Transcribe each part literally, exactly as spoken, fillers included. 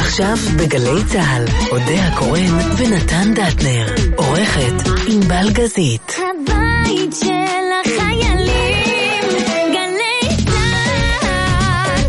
עכשיו בגלי צהל, אודיה קורן ונתן דטנר, עורכת ענבל גזית. הבית של החיילים, גלי צהל.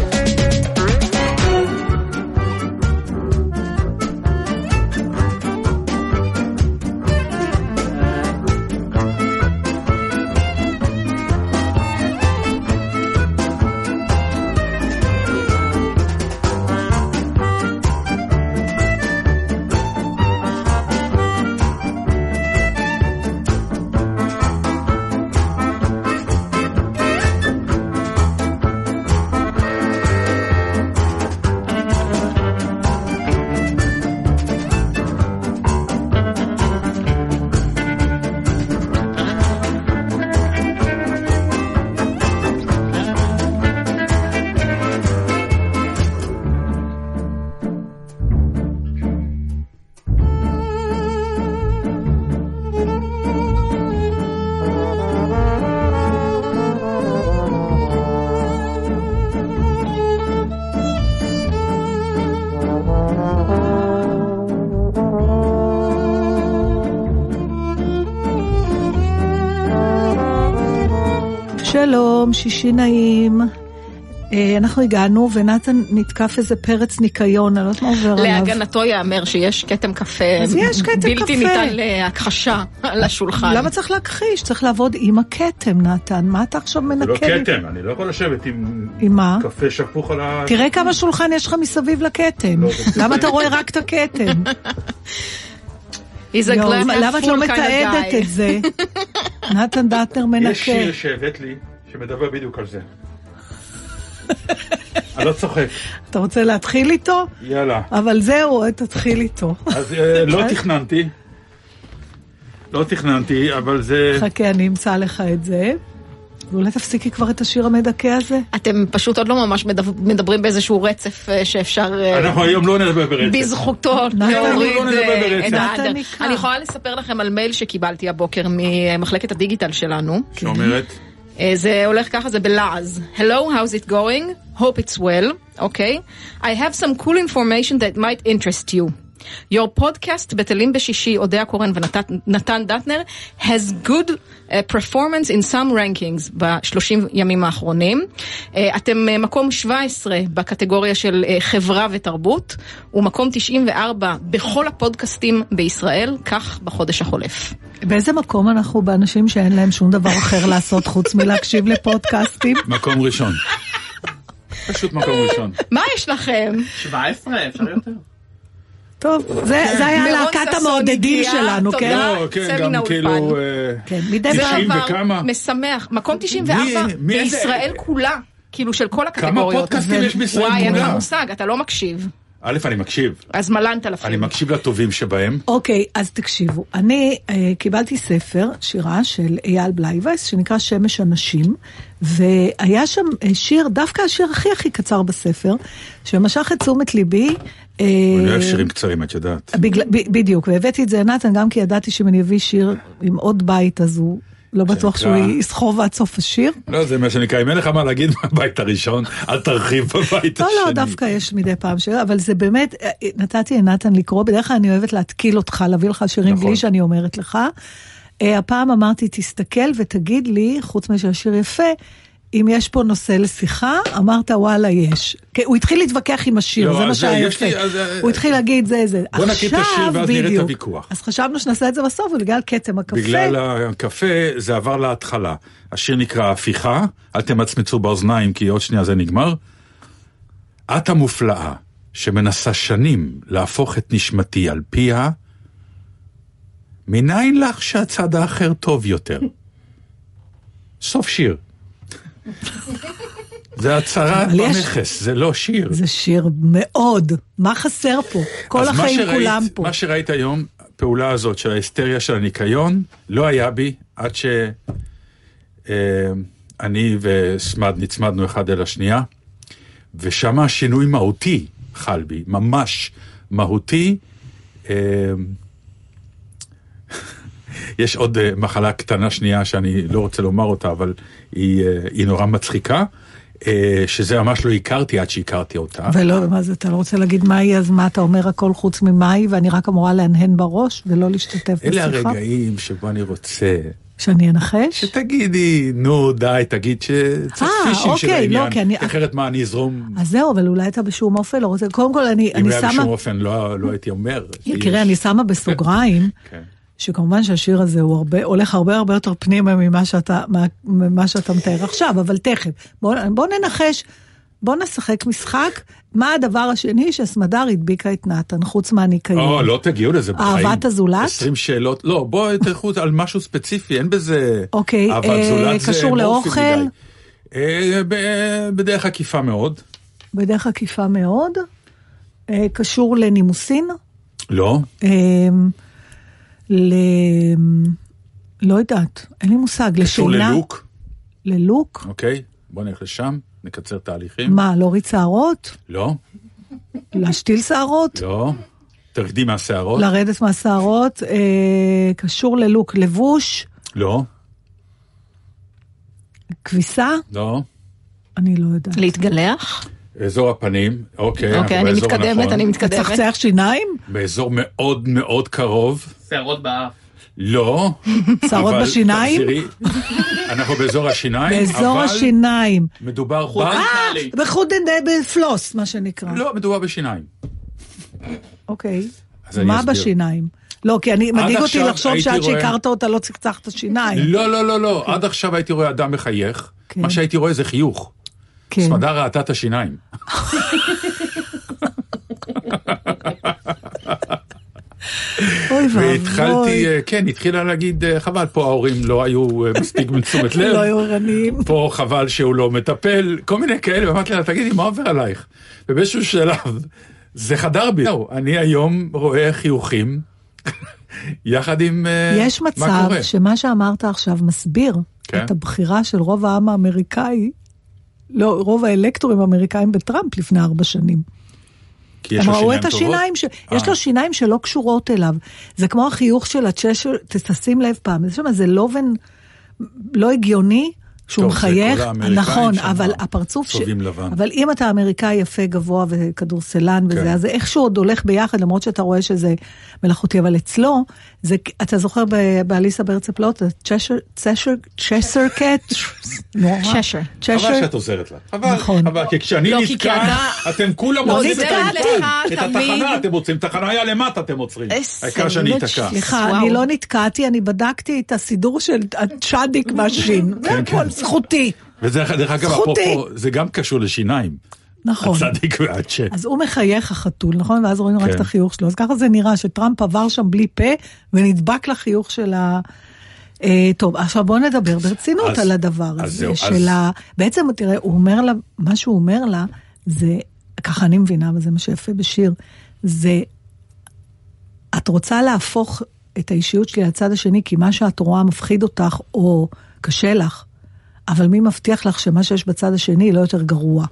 שלום, שישי נעים. אנחנו הגענו ונתן נתקף איזה פרץ ניקיון, אני לא יודעת מה עובר עליו. להגנתו יאמר שיש קטם קפה בלתי ניתן להכחשה על השולחן. למה צריך להכחיש? צריך לעבוד עם הקטם, נתן. מה אתה עכשיו מנקד? זה לא קטם, אני לא יכול לשבת עם קפה שפוך על ה... תראה כמה שולחן יש לך מסביב לקטם. למה אתה רואה רק את הקטם? למה את לא מתעדת את זה? נתן דטנר מנקד. יש שיר שהבאת לי שמדבר בדיוק על זה. אני לא צוחק. אתה רוצה להתחיל איתו? יאללה. אבל זהו, תתחיל איתו. אז לא תכננתי. לא תכננתי, אבל זה... חכה, אני אמצא לך את זה. ואולי תפסיקי כבר את השיר המדכא הזה. אתם פשוט עוד לא ממש מדברים באיזשהו רצף שאפשר... אנחנו היום לא נדבר ברצף. בזכותו להוריד את העדר. אני יכולה לספר לכם על מייל שקיבלתי הבוקר ממחלקת הדיגיטל שלנו. שאומרת? זה הולך ככה, זה בלעז. Hello, how's it going? Hope it's well. Okay. I have some cool information that might interest you. Your podcast, בטלים בשישי, אודיה קורן ונתן דטנר, has good uh, performance in some rankings בשלושים ימים האחרונים. Uh, אתם uh, מקום שבע עשרה בקטגוריה של uh, חברה ותרבות, ומקום תשעים וארבע בכל הפודקאסטים בישראל, כך בחודש החולף. באיזה מקום אנחנו באנשים שאין להם שום דבר אחר לעשות חוץ מלהקשיב לפודקאסטים? מקום ראשון. פשוט מקום ראשון. מה יש לכם? שבע עשרה, אפשר יותר. טוב, זה היה להקת המעודדים שלנו, כן? לא, כן, גם כאילו... תשעים וכמה? משמח. מקום תשעים וארבע בישראל כולה, כאילו של כל הקטגוריות. כמה פודקאסטים יש בישראל כולה? וואי, אין לך מושג, אתה לא מקשיב. א', אני מקשיב. אז מלנת אלפים. אני מקשיב לטובים שבהם. אוקיי, אז תקשיבו. אני קיבלתי ספר, שירה של אייל בלייבס, שנקרא שמש אנשים, והיה שם שיר, דווקא השיר הכי הכי קצר בספר, שמשך את תשומת ליבי. אני אוהב שירים קצרים, את יודעת. בדיוק, והבאתי את זה נתן, גם כי ידעתי שאם אני אביא שיר עם עוד בית, אז הוא לא בטוח שהוא יסחוב עד סוף השיר. לא, זה מה שנקרא, אם אין לך מה להגיד מהבית הראשון, אל תרחיב בבית השני. לא, לא, דווקא יש מדי פעם שיר, אבל זה באמת, נתתי לנתן לקרוא, בדרך כלל אני אוהבת להתקיל אותך, להביא לך שירים בלי שאני אומרת לך. הפעם אמרתי, תסתכל ותגיד לי, חוץ משהשיר יפה, אם יש פה נושא לשיחה, אמרת וואלה יש. הוא התחיל להתווכח עם השיר, זה מה שהיה יפה. הוא התחיל להגיד זה זה. בוא נקים את השיר ואז נראה את הוויכוח. אז חשבנו שנעשה את זה בסוף, ובגלל קצם הקפה. בגלל הקפה זה עבר להתחלה. השיר נקרא הפיכה, אל תמצמצו באוזניים כי עוד שנייה זה נגמר. את המופלאה שמנסה שנים להפוך את נשמתי על פיה, מניין לך שהצד האחר טוב יותר. סוף שיר. זה הצהרת במכס, זה לא שיר. זה שיר מאוד. מה חסר פה? כל החיים כולם פה. מה שראית היום, הפעולה הזאת של ההיסטריה של הניקיון, לא היה בי עד שאני וסמד נצמדנו אחד אל השנייה, ושמה שינוי מהותי חל בי, ממש מהותי. יש עוד מחלה קטנה שנייה שאני לא רוצה לומר אותה, אבל היא, היא נורא מצחיקה. שזה ממש לא הכרתי עד שהכרתי אותה. ולא, מה זה, אתה לא רוצה להגיד מהי, אז מה אתה אומר הכל חוץ ממהי, ואני רק אמורה להנהן בראש ולא להשתתף בשיחה? אלה הרגעים שבו אני רוצה... שאני אנחש? שתגידי, נו די, תגיד שצריך פישים של העניין, לא, אני... אחרת מה אני אזרום... אז זהו, אבל אולי אתה בשום אופן לא רוצה, קודם כל אני, אני אם שמה... היה בשום אופן לא, לא הייתי אומר. יקירי, אני שמה בסוגריים, כן. שכמובן שהשיר הזה הוא הרבה, הולך הרבה הרבה יותר פנימה ממה שאתה, ממה שאתה מתאר עכשיו, אבל תכף, בוא, בוא ננחש, בוא נשחק משחק, מה הדבר השני שסמדר הדביקה את נתן, חוץ מהניקיון? או, לא תגיעו לזה בחיים. אהבת הזולת? עשרים שאלות, לא, בואי תלכו על משהו ספציפי, אין בזה... אוקיי, אהבת זולת זה קשור לאוכל? אה, בדרך עקיפה מאוד. בדרך עקיפה מאוד? אה, קשור לנימוסין? לא. אה, ל... לא יודעת, אין לי מושג. קשור לשינה? ללוק? ללוק? אוקיי, בוא נלך לשם, נקצר תהליכים. מה, להוריד שערות? לא. להשתיל שערות? לא. תרדי מהשערות? לרדת מהשערות? אה, קשור ללוק. לבוש? לא. כביסה? לא. אני לא יודעת. להתגלח? אזור הפנים, אוקיי. אוקיי, אני מתקדמת, אני מתקדמת. צחצח שיניים? באזור מאוד מאוד קרוב. שערות באף. לא. שערות בשיניים? תחזירי, אנחנו באזור השיניים, באזור אבל השיניים. מדובר ב... אה, בחוד בפלוס, מה שנקרא. לא, מדובר בשיניים. אוקיי. אז אני מה אסביר. בשיניים? לא, כי אני מדאיג אותי עכשיו לחשוב הייתי שעד רואה- שהכרת אותה לא צחצחת שיניים. לא, לא, לא, לא. עד עכשיו הייתי רואה אדם מחייך. כן. מה שהייתי רואה זה חיוך. כן. סמדר ראתה את השיניים. אוי והתחלתי, ואבוי. אה, כן, התחילה להגיד, אה, חבל, פה ההורים לא היו אה, מספיק מתשומת לב. לא היו ערניים. פה חבל שהוא לא מטפל, כל מיני כאלה, ואמרתי לה, תגידי, מה עובר עלייך? ובאיזשהו שלב, זה חדר בי. זהו, אני היום רואה חיוכים, יחד עם אה, יש מה מצב קורה. שמה שאמרת עכשיו מסביר כן. את הבחירה של רוב העם האמריקאי, לא, רוב האלקטורים האמריקאים בטראמפ לפני ארבע שנים. כי יש הם לו ראו שיניים את טובות? השיניים, ש... אה. יש לו שיניים שלא קשורות אליו. זה כמו החיוך של הצ'שר, תשים לב פעם, זה, שמה, זה לא בן, לא הגיוני שהוא טוב, זה מחייך, כל האמריקאים נכון, שם אבל הפרצוף, ש... צובעים לבן. אבל אם אתה אמריקאי יפה, גבוה וכדורסלן וזה, כן. אז זה איכשהו עוד הולך ביחד, למרות שאתה רואה שזה מלאכותי, אבל אצלו, זה, אתה זוכר ב- באליסה בארץ הפלאות, צ'שר, צ'שר, צ'סר קט, נורא. צ'שר. חבל צ'שר, שאת עוזרת לה. חבל, נכון. חבל, כי כשאני לא, כי נתקע, אתה- אתם כולם לא, רוצים את נתקעתי. העיתון, את תמיד. התחנה אתם רוצים, תחנה היה למטה אתם עוצרים. איזה העיקר שאני לוד אתקע. שלי. סליחה, וואו. אני לא נתקעתי, אני בדקתי את הסידור של הצ'אדיק מהשין. זה כן, הכל, כן. זכותי. וזה, דרך אגב, זכותי. אפרופו, זה גם קשור לשיניים. נכון. הצדיק והצ'ה. אז הוא מחייך החתול, נכון? ואז רואים רק כן. את החיוך שלו. אז ככה זה נראה, שטראמפ עבר שם בלי פה, ונדבק לחיוך של ה... אה, טוב, עכשיו בואו נדבר ברצינות אז- על הדבר אז הזה. זהו, של אז- ה... בעצם, תראה, הוא אומר לה, מה שהוא אומר לה, זה, ככה אני מבינה, וזה מה שיפה בשיר, זה, את רוצה להפוך את האישיות שלי לצד השני, כי מה שאת רואה מפחיד אותך, או קשה לך, אבל מי מבטיח לך שמה שיש בצד השני לא יותר גרוע?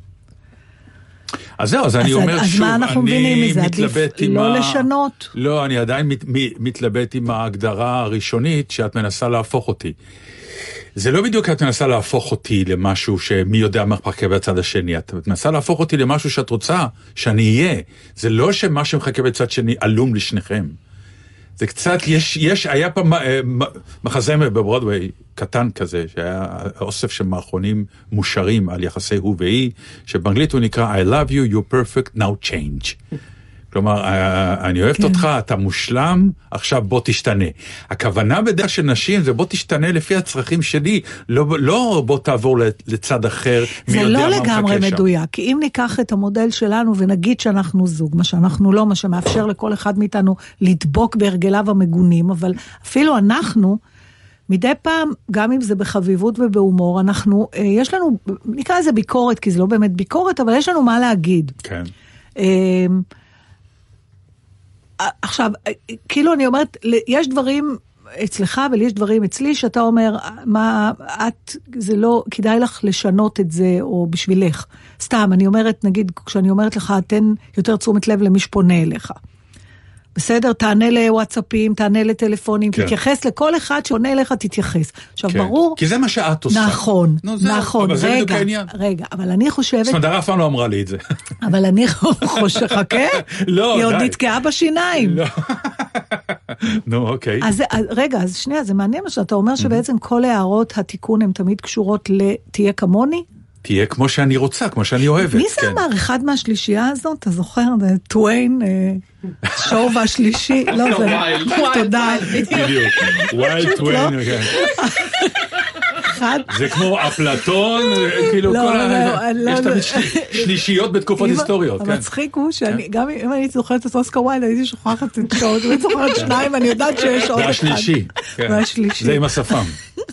אז זהו, אז אני אז- אומר אז שוב, מה אנחנו מבינים אני מזה? עדיף מתלבט עם לא ה... לשנות? לא, אני עדיין מת, מ- מתלבט עם ההגדרה הראשונית שאת מנסה להפוך אותי. זה לא בדיוק את מנסה להפוך אותי למשהו שמי יודע מה מחכה בצד השני, את מנסה להפוך אותי למשהו שאת רוצה שאני אהיה. זה לא שמה שמחכה בצד שני עלום לשניכם. זה קצת, יש, יש, היה פעם אה, מחזמר בברודווי קטן כזה, שהיה אוסף של מערכונים מושרים על יחסי הוא והיא, שבאנגלית הוא נקרא I love you, you're perfect, now change. כלומר, אני אוהבת אותך, אתה מושלם, עכשיו בוא תשתנה. הכוונה בדרך של נשים זה בוא תשתנה לפי הצרכים שלי, לא, לא בוא תעבור לצד אחר, מי זה יודע לא מה מחכה לגמרי שם. מדויק, כי אם ניקח את המודל שלנו ונגיד שאנחנו זוג, מה שאנחנו לא, מה שמאפשר לכל אחד מאיתנו לדבוק בהרגליו המגונים, אבל אפילו אנחנו, מדי פעם, גם אם זה בחביבות ובהומור, אנחנו, יש לנו, נקרא לזה ביקורת, כי זה לא באמת ביקורת, אבל יש לנו מה להגיד. כן. עכשיו, כאילו אני אומרת, יש דברים אצלך, אבל יש דברים אצלי, שאתה אומר, מה, את, זה לא, כדאי לך לשנות את זה, או בשבילך. סתם, אני אומרת, נגיד, כשאני אומרת לך, תן יותר תשומת לב למי שפונה אליך. בסדר, תענה לוואטסאפים, תענה לטלפונים, כן. תתייחס לכל אחד שעונה אליך, תתייחס. עכשיו, כן. ברור... כי זה מה שאת עושה. נכון, נו, זה, נכון, אבל זה בדיוק רגע, העניין. רגע, אבל אני חושבת... סמדרה אף פעם לא אמרה לי את זה. אבל אני חושבת, חכה, לא, היא עוד די. נתקעה בשיניים. לא. נו, אוקיי. אז, אז רגע, אז שנייה, זה מעניין מה שאתה אומר שבעצם כל הערות התיקון הן תמיד קשורות לתהיה כמוני? תהיה כמו שאני רוצה, כמו שאני אוהבת. מי זה אמר? אחד מהשלישייה הזאת? אתה זוכר? זה טוויין, שוב השלישי. לא, זה... תודה. בדיוק. ווילד טוויין. זה כמו אפלטון, כאילו כל ה... יש תמיד שלישיות בתקופות היסטוריות. המצחיק הוא שאני, גם אם אני זוכרת את אוסקר ווילד, הייתי שוכחת את שעות, ואני זוכרת שניים, אני יודעת שיש עוד אחד. והשלישי. והשלישי. זה עם השפם.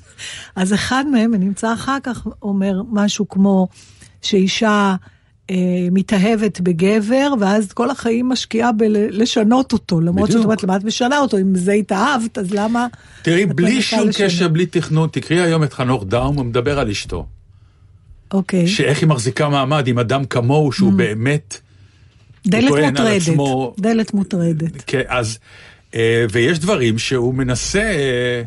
אז אחד מהם, ונמצא אחר כך, אומר משהו כמו שאישה אה, מתאהבת בגבר, ואז כל החיים משקיעה בלשנות אותו, למרות שאת אומרת, למה את משנה אותו? אם זה התאהבת, אז למה... תראי, בלי שום קשר, בלי תכנון, תקראי היום את חנוך דאום, הוא מדבר על אשתו. אוקיי. שאיך היא מחזיקה מעמד עם אדם כמוהו, שהוא באמת... דלת מוטרדת, דלת מוטרדת. כן, אז... אה, ויש דברים שהוא מנסה... אה,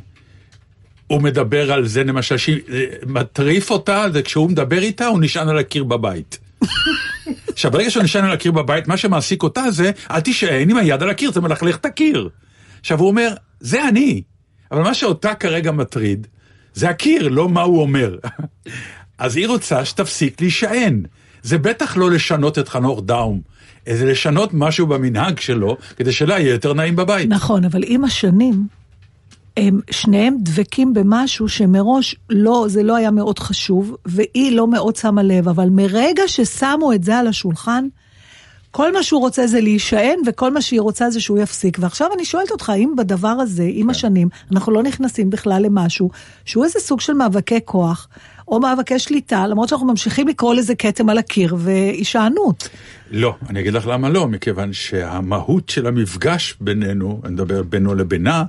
הוא מדבר על זה, למשל, שמטריף אותה, זה כשהוא מדבר איתה, הוא נשען על הקיר בבית. עכשיו, ברגע שהוא נשען על הקיר בבית, מה שמעסיק אותה זה, אל תשען עם היד על הקיר, זה מלכלך את הקיר. עכשיו, הוא אומר, זה אני. אבל מה שאותה כרגע מטריד, זה הקיר, לא מה הוא אומר. אז היא רוצה שתפסיק להישען. זה בטח לא לשנות את חנוך דאום, זה לשנות משהו במנהג שלו, כדי שלה יהיה יותר נעים בבית. נכון, אבל עם השנים... הם שניהם דבקים במשהו שמראש לא, זה לא היה מאוד חשוב, והיא לא מאוד שמה לב, אבל מרגע ששמו את זה על השולחן, כל מה שהוא רוצה זה להישען, וכל מה שהיא רוצה זה שהוא יפסיק. ועכשיו אני שואלת אותך, האם בדבר הזה, עם השנים, אנחנו לא נכנסים בכלל למשהו, שהוא איזה סוג של מאבקי כוח, או מאבקי שליטה, למרות שאנחנו ממשיכים לקרוא לזה כתם על הקיר, והישענות. לא, אני אגיד לך למה לא, מכיוון שהמהות של המפגש בינינו, אני מדבר בינו לבינה,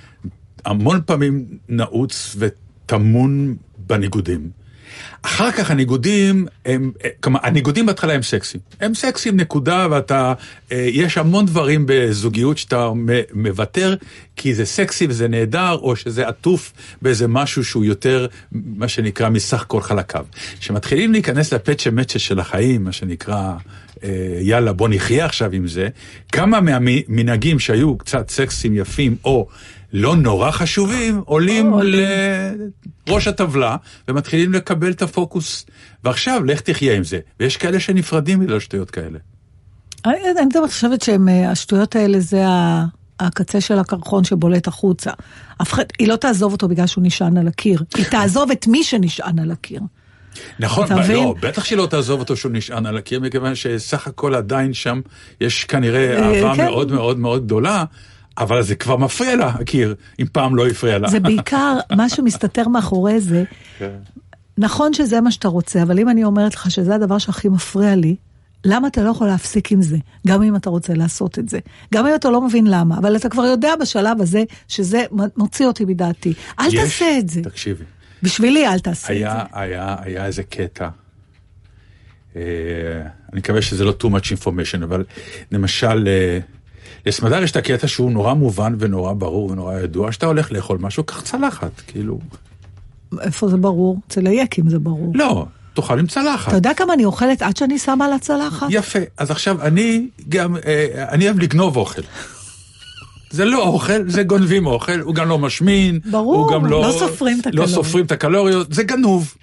המון פעמים נעוץ ותמון בניגודים. אחר כך הניגודים, הם, כלומר, הניגודים בהתחלה הם סקסיים. הם סקסיים נקודה, ואתה, יש המון דברים בזוגיות שאתה מוותר, כי זה סקסי וזה נהדר, או שזה עטוף באיזה משהו שהוא יותר, מה שנקרא, מסך כל חלקיו. שמתחילים להיכנס לפצ'ה מצ'ה של החיים, מה שנקרא, יאללה, בוא נחיה עכשיו עם זה, כמה מהמנהגים שהיו קצת סקסיים יפים, או לא נורא חשובים, עולים לראש הטבלה, ומתחילים לקבל את הפוקוס, ועכשיו לך תחיה עם זה. ויש כאלה שנפרדים בגלל שטויות כאלה. אני תמיד חושבת שהשטויות האלה זה הקצה של הקרחון שבולט החוצה. היא לא תעזוב אותו בגלל שהוא נשען על הקיר, היא תעזוב את מי שנשען על הקיר. נכון, לא, בטח שלא תעזוב אותו שהוא נשען על הקיר, מכיוון שסך הכל עדיין שם יש כנראה אהבה מאוד מאוד מאוד גדולה, אבל זה כבר מפריע לה, הקיר, אם פעם לא יפריע לה. זה בעיקר, מה שמסתתר מאחורי זה, נכון שזה מה שאתה רוצה, אבל אם אני אומרת לך שזה הדבר שהכי מפריע לי, למה אתה לא יכול להפסיק עם זה? גם אם אתה רוצה לעשות את זה. גם אם אתה לא מבין למה, אבל אתה כבר יודע בשלב הזה, שזה מוציא אותי מדעתי. אל תעשה את זה. תקשיבי. בשבילי אל תעשה את זה. היה, היה, היה איזה קטע, אני מקווה שזה לא too much information, אבל למשל, לסמדר יש את הקטע שהוא נורא מובן ונורא ברור ונורא ידוע, שאתה הולך לאכול משהו, קח צלחת, כאילו. איפה זה ברור? אצל היקים זה ברור. לא, תאכל עם צלחת. אתה יודע כמה אני אוכלת עד שאני שמה על הצלחת? יפה, אז עכשיו אני גם, אני אוהב לגנוב אוכל. זה לא אוכל, זה גונבים אוכל, הוא גם לא משמין, ברור, הוא גם לא, לא סופרים את הקלוריות. לא סופרים את הקלוריות, זה גנוב.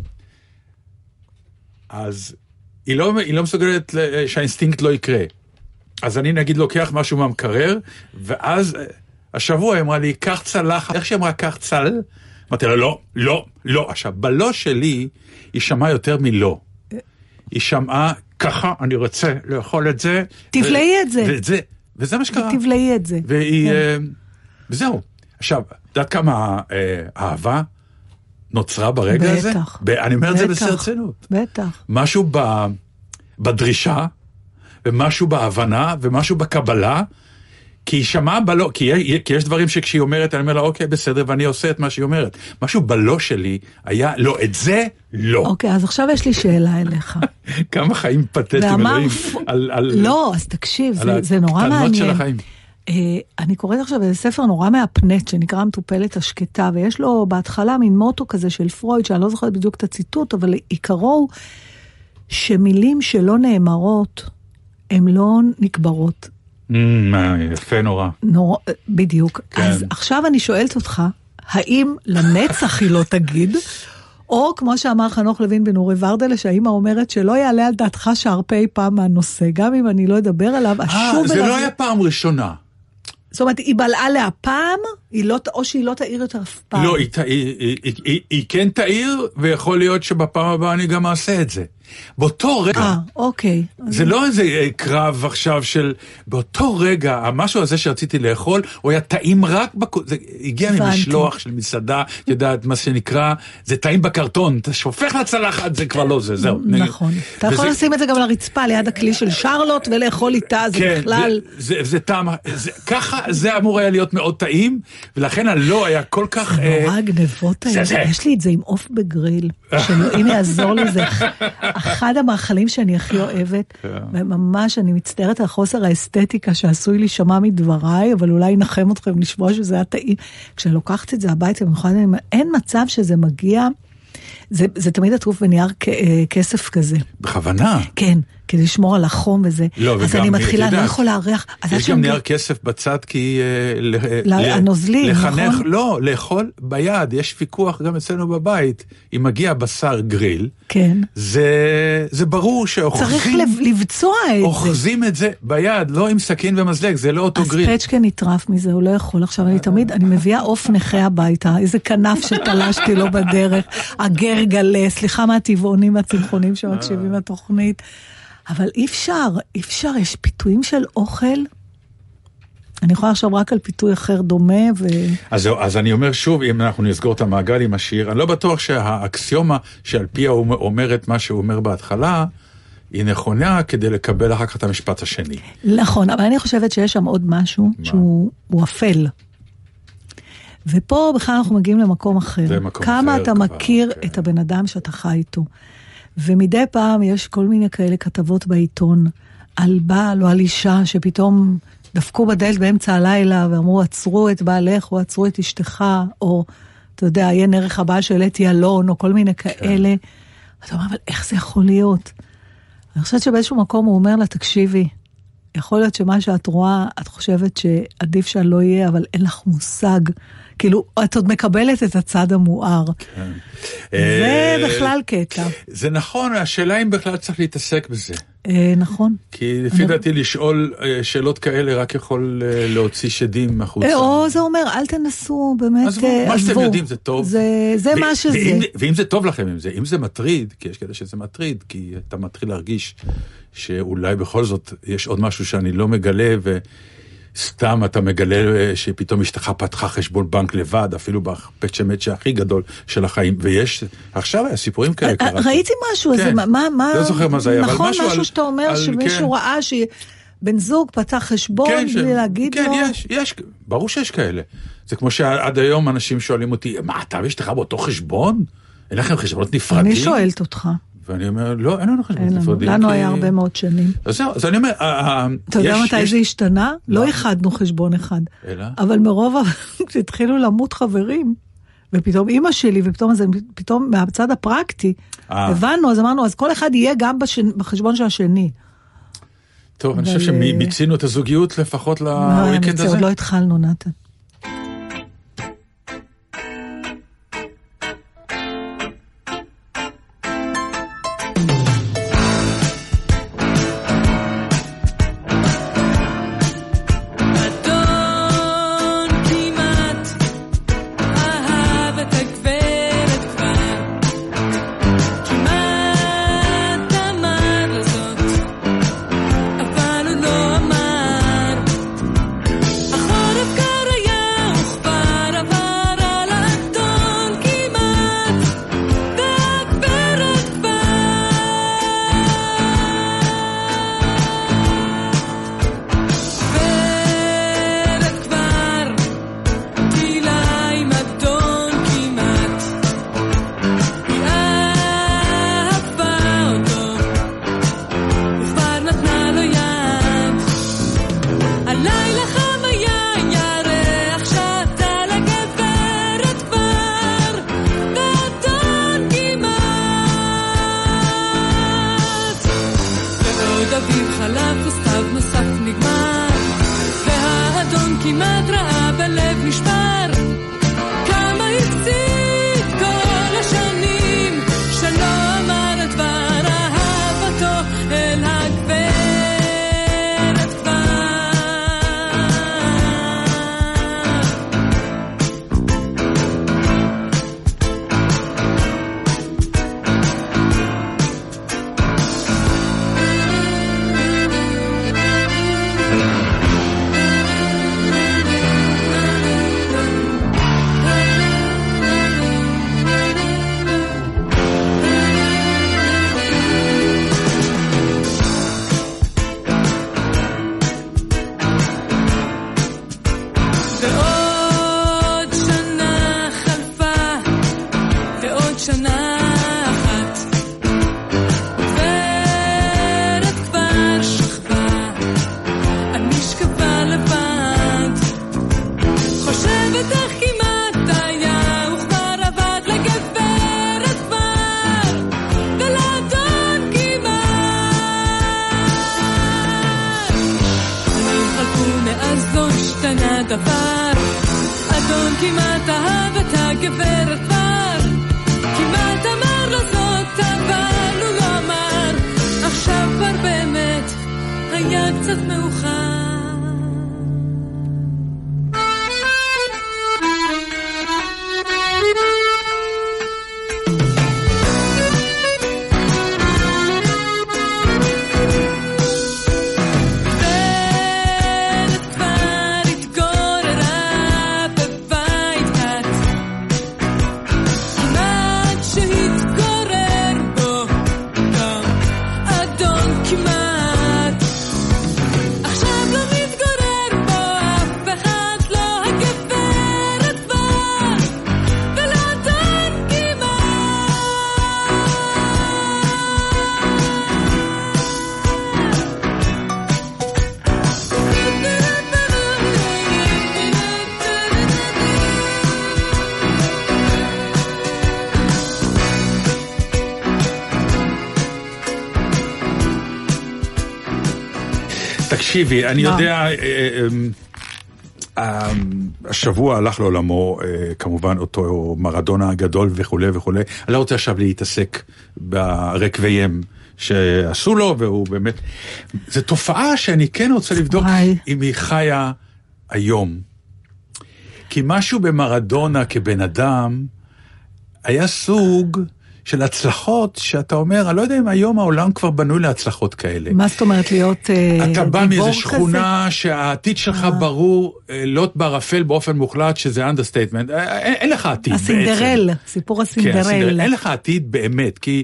אז היא לא, היא לא מסוגלת שהאינסטינקט לא יקרה. אז אני נגיד לוקח משהו מהמקרר, ואז השבוע היא אמרה לי, קח צלחת, איך שהיא אמרה, קח צל? אמרתי לה, לא, לא, לא. עכשיו, בלא שלי, היא שמעה יותר מלא. היא שמעה, ככה, אני רוצה לאכול את זה. תבלעי את זה. ואת זה. וזה מה שקרה. תבלעי את זה. והיא, וזהו. עכשיו, יודעת כמה אהבה נוצרה ברגע הזה? בטח. אני אומר את זה בסרצנות. בטח. משהו בדרישה, ומשהו בהבנה, ומשהו בקבלה, כי היא שמעה בלא, כי יש דברים שכשהיא אומרת, אני אומר לה, אוקיי, בסדר, ואני עושה את מה שהיא אומרת. משהו בלא שלי היה, לא, את זה, לא. אוקיי, אז עכשיו יש לי שאלה אליך. כמה חיים פתטיים אלוהים. לא, אז תקשיב, זה נורא מעניין. אני קוראת עכשיו איזה ספר נורא מהפנט, שנקרא המטופלת השקטה, ויש לו בהתחלה מין מוטו כזה של פרויד, שאני לא זוכרת בדיוק את הציטוט, אבל עיקרו הוא שמילים שלא נאמרות, הן לא נקברות. יפה נורא. נורא, בדיוק. אז עכשיו אני שואלת אותך, האם לנצח היא לא תגיד, או כמו שאמר חנוך לוין בן אורי ורדלה, שהאמא אומרת שלא יעלה על דעתך שהרפה אי פעם מהנושא, גם אם אני לא אדבר עליו, אה, זה לא היה פעם ראשונה. זאת אומרת, היא בלעה להפעם, לא, או שהיא לא תעיר יותר אף פעם. לא, היא, היא, היא, היא, היא, היא כן תעיר, ויכול להיות שבפעם הבאה אני גם אעשה את זה. באותו רגע, אה, אוקיי. זה לא איזה קרב עכשיו של, באותו רגע, המשהו הזה שרציתי לאכול, הוא היה טעים רק, בק... זה הגיע ממשלוח של מסעדה, יודעת מה שנקרא, זה טעים בקרטון, אתה שופך לצלחת, זה כבר לא זה, זהו. נכון. אתה יכול לשים את זה גם על הרצפה, ליד הכלי של שרלוט, ולאכול איתה, זה בכלל... כן, זה טעם, ככה זה אמור היה להיות מאוד טעים, ולכן הלא היה כל כך... זה נורא גנבות האלה, יש לי את זה עם אוף בגריל, שאם יעזור לי זה... אחד המאכלים שאני הכי אוהבת, וממש אני מצטערת על חוסר האסתטיקה שעשוי לי שמע מדבריי, אבל אולי נחם אתכם לשמוע שזה היה טעים. כשאני לוקחת את זה הביתה, אין מצב שזה מגיע, זה, זה תמיד עטוף בנייר כסף כזה. בכוונה? כן, כדי לשמור על החום וזה. לא, אז אני מתחילה, אני לא יכולה להריח. יש גם נייר כסף בצד, כי... הנוזלי, לחנך, לא, לאכול ביד, יש ויכוח גם אצלנו בבית, אם מגיע בשר גריל, כן. זה, זה ברור שאוחזים... צריך לבצוע את זה. אוחזים את זה ביד, לא עם סכין ומזלג, זה לא אותו גריל. אז פצ'קה נטרף מזה, הוא לא יכול. עכשיו אני תמיד, אני מביאה עוף נכה הביתה, איזה כנף שתלשתי לו בדרך, הגר גלה, סליחה מהטבעונים והצמחונים שמקשיבים לתוכנית. אבל אי אפשר, אי אפשר, יש פיתויים של אוכל. אני יכולה עכשיו רק על פיתוי אחר דומה ו... אז, אז אני אומר שוב, אם אנחנו נסגור את המעגל עם השיר, אני לא בטוח שהאקסיומה שעל פיה הוא אומר את מה שהוא אומר בהתחלה, היא נכונה כדי לקבל אחר כך את המשפט השני. נכון, אבל אני חושבת שיש שם עוד משהו מה? שהוא אפל. ופה בכלל אנחנו מגיעים למקום אחר. מקום כמה אחר אתה כבר, מכיר כן. את הבן אדם שאתה חי איתו. ומדי פעם יש כל מיני כאלה כתבות בעיתון, על בעל או על אישה שפתאום דפקו בדלת באמצע הלילה, ואמרו, עצרו את בעלך, או עצרו את אשתך, או, אתה יודע, יהיה נערך הבא של אתי אלון, או כל מיני כאלה. אתה אומר, אבל איך זה יכול להיות? אני חושבת שבאיזשהו מקום הוא אומר לה, תקשיבי, יכול להיות שמה שאת רואה, את חושבת שעדיף שאני לא יהיה, אבל אין לך מושג. כאילו, את עוד מקבלת את הצד המואר. כן. זה בכלל קטע. זה נכון, השאלה אם בכלל צריך להתעסק בזה. נכון. כי לפי דעתי לשאול שאלות כאלה רק יכול להוציא שדים החוצה. או זה אומר, אל תנסו, באמת, עזבו. מה שאתם יודעים זה טוב. זה מה שזה. ואם זה טוב לכם עם זה, אם זה מטריד, כי יש כדי שזה מטריד, כי אתה מתחיל להרגיש שאולי בכל זאת יש עוד משהו שאני לא מגלה, וסתם אתה מגלה שפתאום אשתך פתחה חשבון בנק לבד, אפילו בפצ'מט שהכי גדול של החיים, ויש, עכשיו היה סיפורים כאלה. ראיתי משהו, לא זוכר מה זה היה, נכון, משהו שאתה אומר שמישהו ראה שבן זוג פתח חשבון בלי להגיד לו. כן, יש, יש, ברור שיש כאלה. זה כמו שעד היום אנשים שואלים אותי, מה, אתה ואשתך באותו חשבון? אין לכם חשבונות נפרדים? אני שואלת אותך. ואני אומר, לא, אין לנו חשבונות נפרדים. לנו היה הרבה מאוד שנים. אז זהו, אז אני אומר, אתה יודע מתי זה השתנה? לא אחד חשבון אחד. אלא? אבל מרוב כשהתחילו למות חברים, ופתאום אמא שלי, ופתאום זה, פתאום מהצד הפרקטי, הבנו, אז אמרנו, אז כל אחד יהיה גם בחשבון של השני. טוב, אני חושב שמיצינו את הזוגיות לפחות לוויקנד הזה. עוד לא התחלנו, נתן. החורף קר קטנה דבר, אדון כמעט אהב את הגברת כבר, כמעט אמר לו זאת אבל הוא לא אמר, עכשיו כבר באמת היה קצת מאוחר. תקשיבי, אני יודע, השבוע הלך לעולמו, כמובן אותו מרדונה הגדול וכו' וכו'. אני לא רוצה עכשיו להתעסק ברקוויהם שעשו לו, והוא באמת, זו תופעה שאני כן רוצה לבדוק אם היא חיה היום. כי משהו במרדונה כבן אדם היה סוג של הצלחות שאתה אומר, אני לא יודע אם היום העולם כבר בנוי להצלחות כאלה. מה זאת אומרת להיות גיבור כזה? אתה בא מאיזו שכונה שהעתיד שלך ברור, לוט בערפל באופן מוחלט, שזה אנדרסטייטמנט. אין לך עתיד בעצם. הסינדרל, סיפור הסינדרל. אין לך עתיד באמת, כי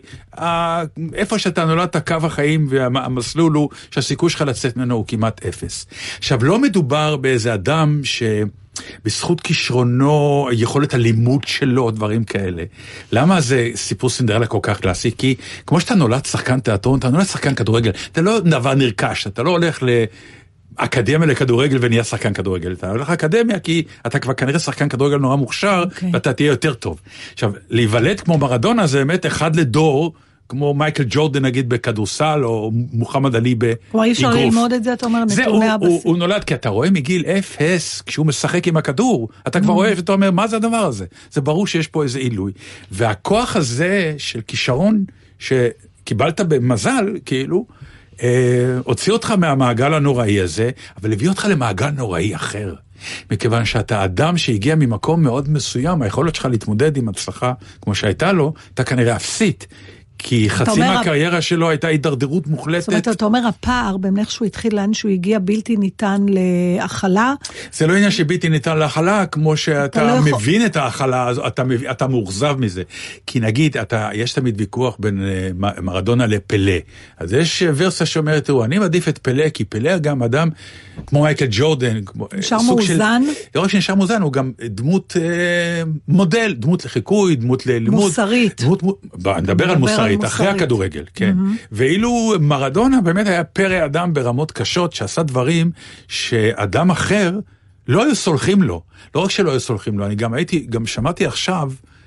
איפה שאתה נולדת קו החיים והמסלול הוא שהסיכוי שלך לצאת ממנו הוא כמעט אפס. עכשיו, לא מדובר באיזה אדם ש... בזכות כישרונו, יכולת הלימוד שלו, דברים כאלה. למה זה סיפור סינדרלה כל כך קלאסי? כי כמו שאתה נולד שחקן תיאטרון, אתה נולד שחקן כדורגל, אתה לא דבר נרכש, אתה לא הולך לאקדמיה לכדורגל ונהיה שחקן כדורגל, אתה הולך לאקדמיה כי אתה כבר כנראה שחקן כדורגל נורא מוכשר, okay. ואתה תהיה יותר טוב. עכשיו, להיוולד כמו מרדונה זה באמת אחד לדור, כמו מייקל ג'ורדן נגיד בכדורסל, או מוחמד עלי באגרוף. כבר אי אפשר ללמוד את זה, אתה אומר, נתוני הבסיס. הוא, הוא נולד, כי אתה רואה מגיל אפס, כשהוא משחק עם הכדור, אתה כבר רואה ואתה אומר, מה זה הדבר הזה? זה ברור שיש פה איזה עילוי. והכוח הזה של כישרון שקיבלת במזל, כאילו, אה, הוציא אותך מהמעגל הנוראי הזה, אבל הביא אותך למעגל נוראי אחר. מכיוון שאתה אדם שהגיע ממקום מאוד מסוים, היכולת שלך להתמודד עם הצלחה כמו שהייתה לו, אתה כנראה אפסית. כי חצי מהקריירה שלו הייתה הידרדרות מוחלטת. זאת אומרת, אתה אומר, הפער בין איך שהוא התחיל לאן שהוא הגיע בלתי ניתן להאכלה? זה לא עניין שבלתי ניתן להאכלה, כמו שאתה מבין את ההאכלה, אתה מאוכזב מזה. כי נגיד, יש תמיד ויכוח בין מרדונה לפלה. אז יש ורסיה שאומרת, תראו, אני מעדיף את פלה, כי פלה גם אדם כמו מייקל ג'ורדן. נשאר מאוזן? לא רק שנשאר מאוזן, הוא גם דמות מודל, דמות לחיקוי, דמות ללימוד. מוסרית. נדבר על מוסרית. אחרי הכדורגל, כן. ואילו מרדונה באמת היה פרא אדם ברמות קשות, שעשה דברים שאדם אחר לא היו סולחים לו. לא רק שלא היו סולחים לו, אני גם הייתי, גם שמעתי עכשיו,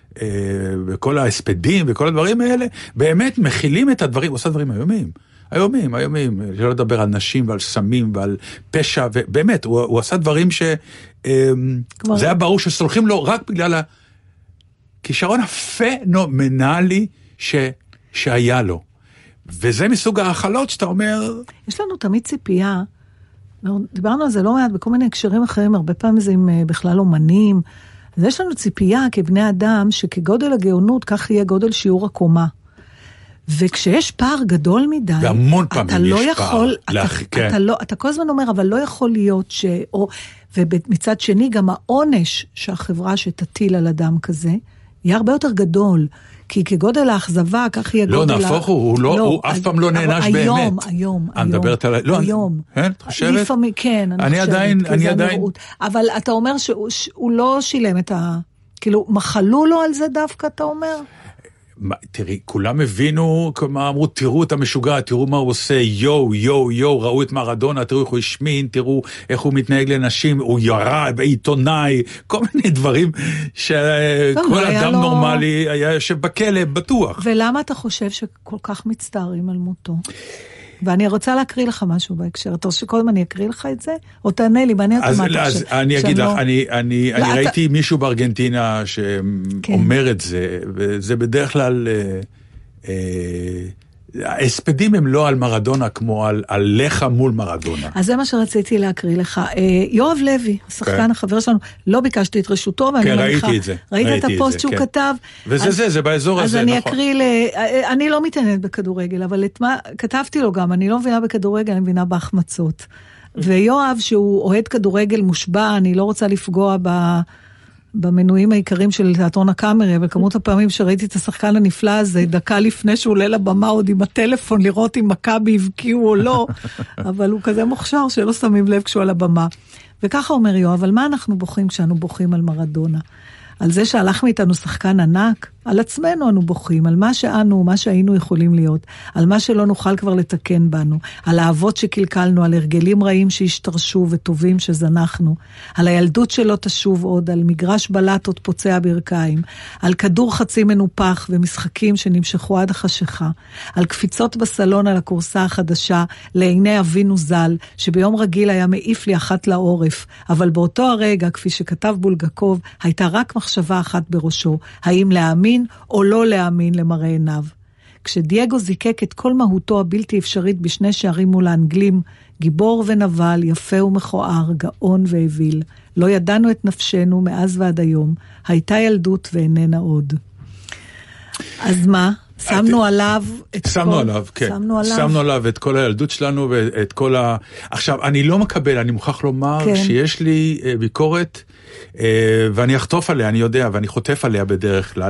בכל ההספדים וכל הדברים האלה, באמת מכילים את הדברים, עושה דברים איומים. איומים, איומים. שלא לדבר על נשים ועל סמים ועל פשע, ובאמת, הוא, הוא עשה דברים ש... זה היה ברור שסולחים לו רק בגלל הכישרון הפנומנלי ש... שהיה לו. וזה מסוג האכלות שאתה אומר... יש לנו תמיד ציפייה, דיברנו על זה לא מעט בכל מיני הקשרים אחרים, הרבה פעמים זה עם בכלל אומנים, אז יש לנו ציפייה כבני אדם, שכגודל הגאונות, כך יהיה גודל שיעור הקומה. וכשיש פער גדול מדי, והמון פעמים לא יש יכול, פער. אתה, לך, כן. אתה, לא, אתה כל הזמן אומר, אבל לא יכול להיות ש... או, ומצד שני, גם העונש שהחברה שתטיל על אדם כזה, יהיה הרבה יותר גדול. כי כגודל האכזבה, כך יהיה לא, גודל... לא, נהפוך הוא, הוא, לא, הוא אף פעם לא נענש באמת. היום, היום, אני מדברת על... לא, היום. כן, את חושבת? לפעמים, כן, אני, אני חושבת. עדיין, אני עדיין... אבל אתה אומר שהוא, שהוא לא שילם את ה... כאילו, מחלו לו על זה דווקא, אתה אומר? תראי, כולם הבינו, כמה אמרו, תראו את המשוגע, תראו מה הוא עושה, יו, יו, יו, ראו את מרדונה, תראו איך הוא השמין, תראו איך הוא מתנהג לנשים, הוא ירה בעיתונאי, כל מיני דברים שכל אדם לו... נורמלי היה יושב בכלא, בטוח. ולמה אתה חושב שכל כך מצטערים על מותו? ואני רוצה להקריא לך משהו בהקשר. אתה רוצה שקודם אני אקריא לך את זה? או תענה לי, מעניין אותי מה אתה חושב. אז אני אגיד לך, אני ראיתי מישהו בארגנטינה שאומר את זה, וזה בדרך כלל... ההספדים הם לא על מרדונה כמו על, עליך מול מרדונה. אז זה מה שרציתי להקריא לך. יואב לוי, השחקן החבר שלנו, לא ביקשתי את רשותו, ואני כן, ראיתי את זה. ראית את הפוסט שהוא כתב? וזה זה, זה באזור הזה, נכון. אז אני אקריא, אני לא מתעניינת בכדורגל, אבל את מה, כתבתי לו גם, אני לא מבינה בכדורגל, אני מבינה בהחמצות. ויואב, שהוא אוהד כדורגל מושבע, אני לא רוצה לפגוע ב... במנויים העיקרים של תיאטרון הקאמרי, אבל כמות הפעמים שראיתי את השחקן הנפלא הזה, דקה לפני שהוא עולה לבמה עוד עם הטלפון, לראות אם מכבי הבקיעו או לא, אבל הוא כזה מוכשר שלא שמים לב כשהוא על הבמה. וככה אומר יואב, אבל מה אנחנו בוכים כשאנו בוכים על מרדונה? על זה שהלך מאיתנו שחקן ענק, על עצמנו אנו בוכים, על מה שאנו, מה שהיינו יכולים להיות, על מה שלא נוכל כבר לתקן בנו, על האהבות שקלקלנו, על הרגלים רעים שהשתרשו וטובים שזנחנו, על הילדות שלא תשוב עוד, על מגרש בלטות פוצע ברכיים, על כדור חצי מנופח ומשחקים שנמשכו עד החשיכה, על קפיצות בסלון על הקורסה החדשה, לעיני אבינו ז"ל, שביום רגיל היה מעיף לי אחת לעורף, אבל באותו הרגע, כפי שכתב בולגקוב, הייתה רק מחשבה אחת בראשו, האם להאמין או לא להאמין למראה עיניו. כשדייגו זיקק את כל מהותו הבלתי אפשרית בשני שערים מול האנגלים, גיבור ונבל, יפה ומכוער, גאון והביל. לא ידענו את נפשנו מאז ועד היום, הייתה ילדות ואיננה עוד. אז מה? שמנו עליו את שמנו כל... עליו, כן. שמנו עליו. שמנו עליו את כל הילדות שלנו ואת כל ה... עכשיו, אני לא מקבל, אני מוכרח לומר כן. שיש לי ביקורת, ואני אחטוף עליה, אני יודע, ואני חוטף עליה בדרך כלל.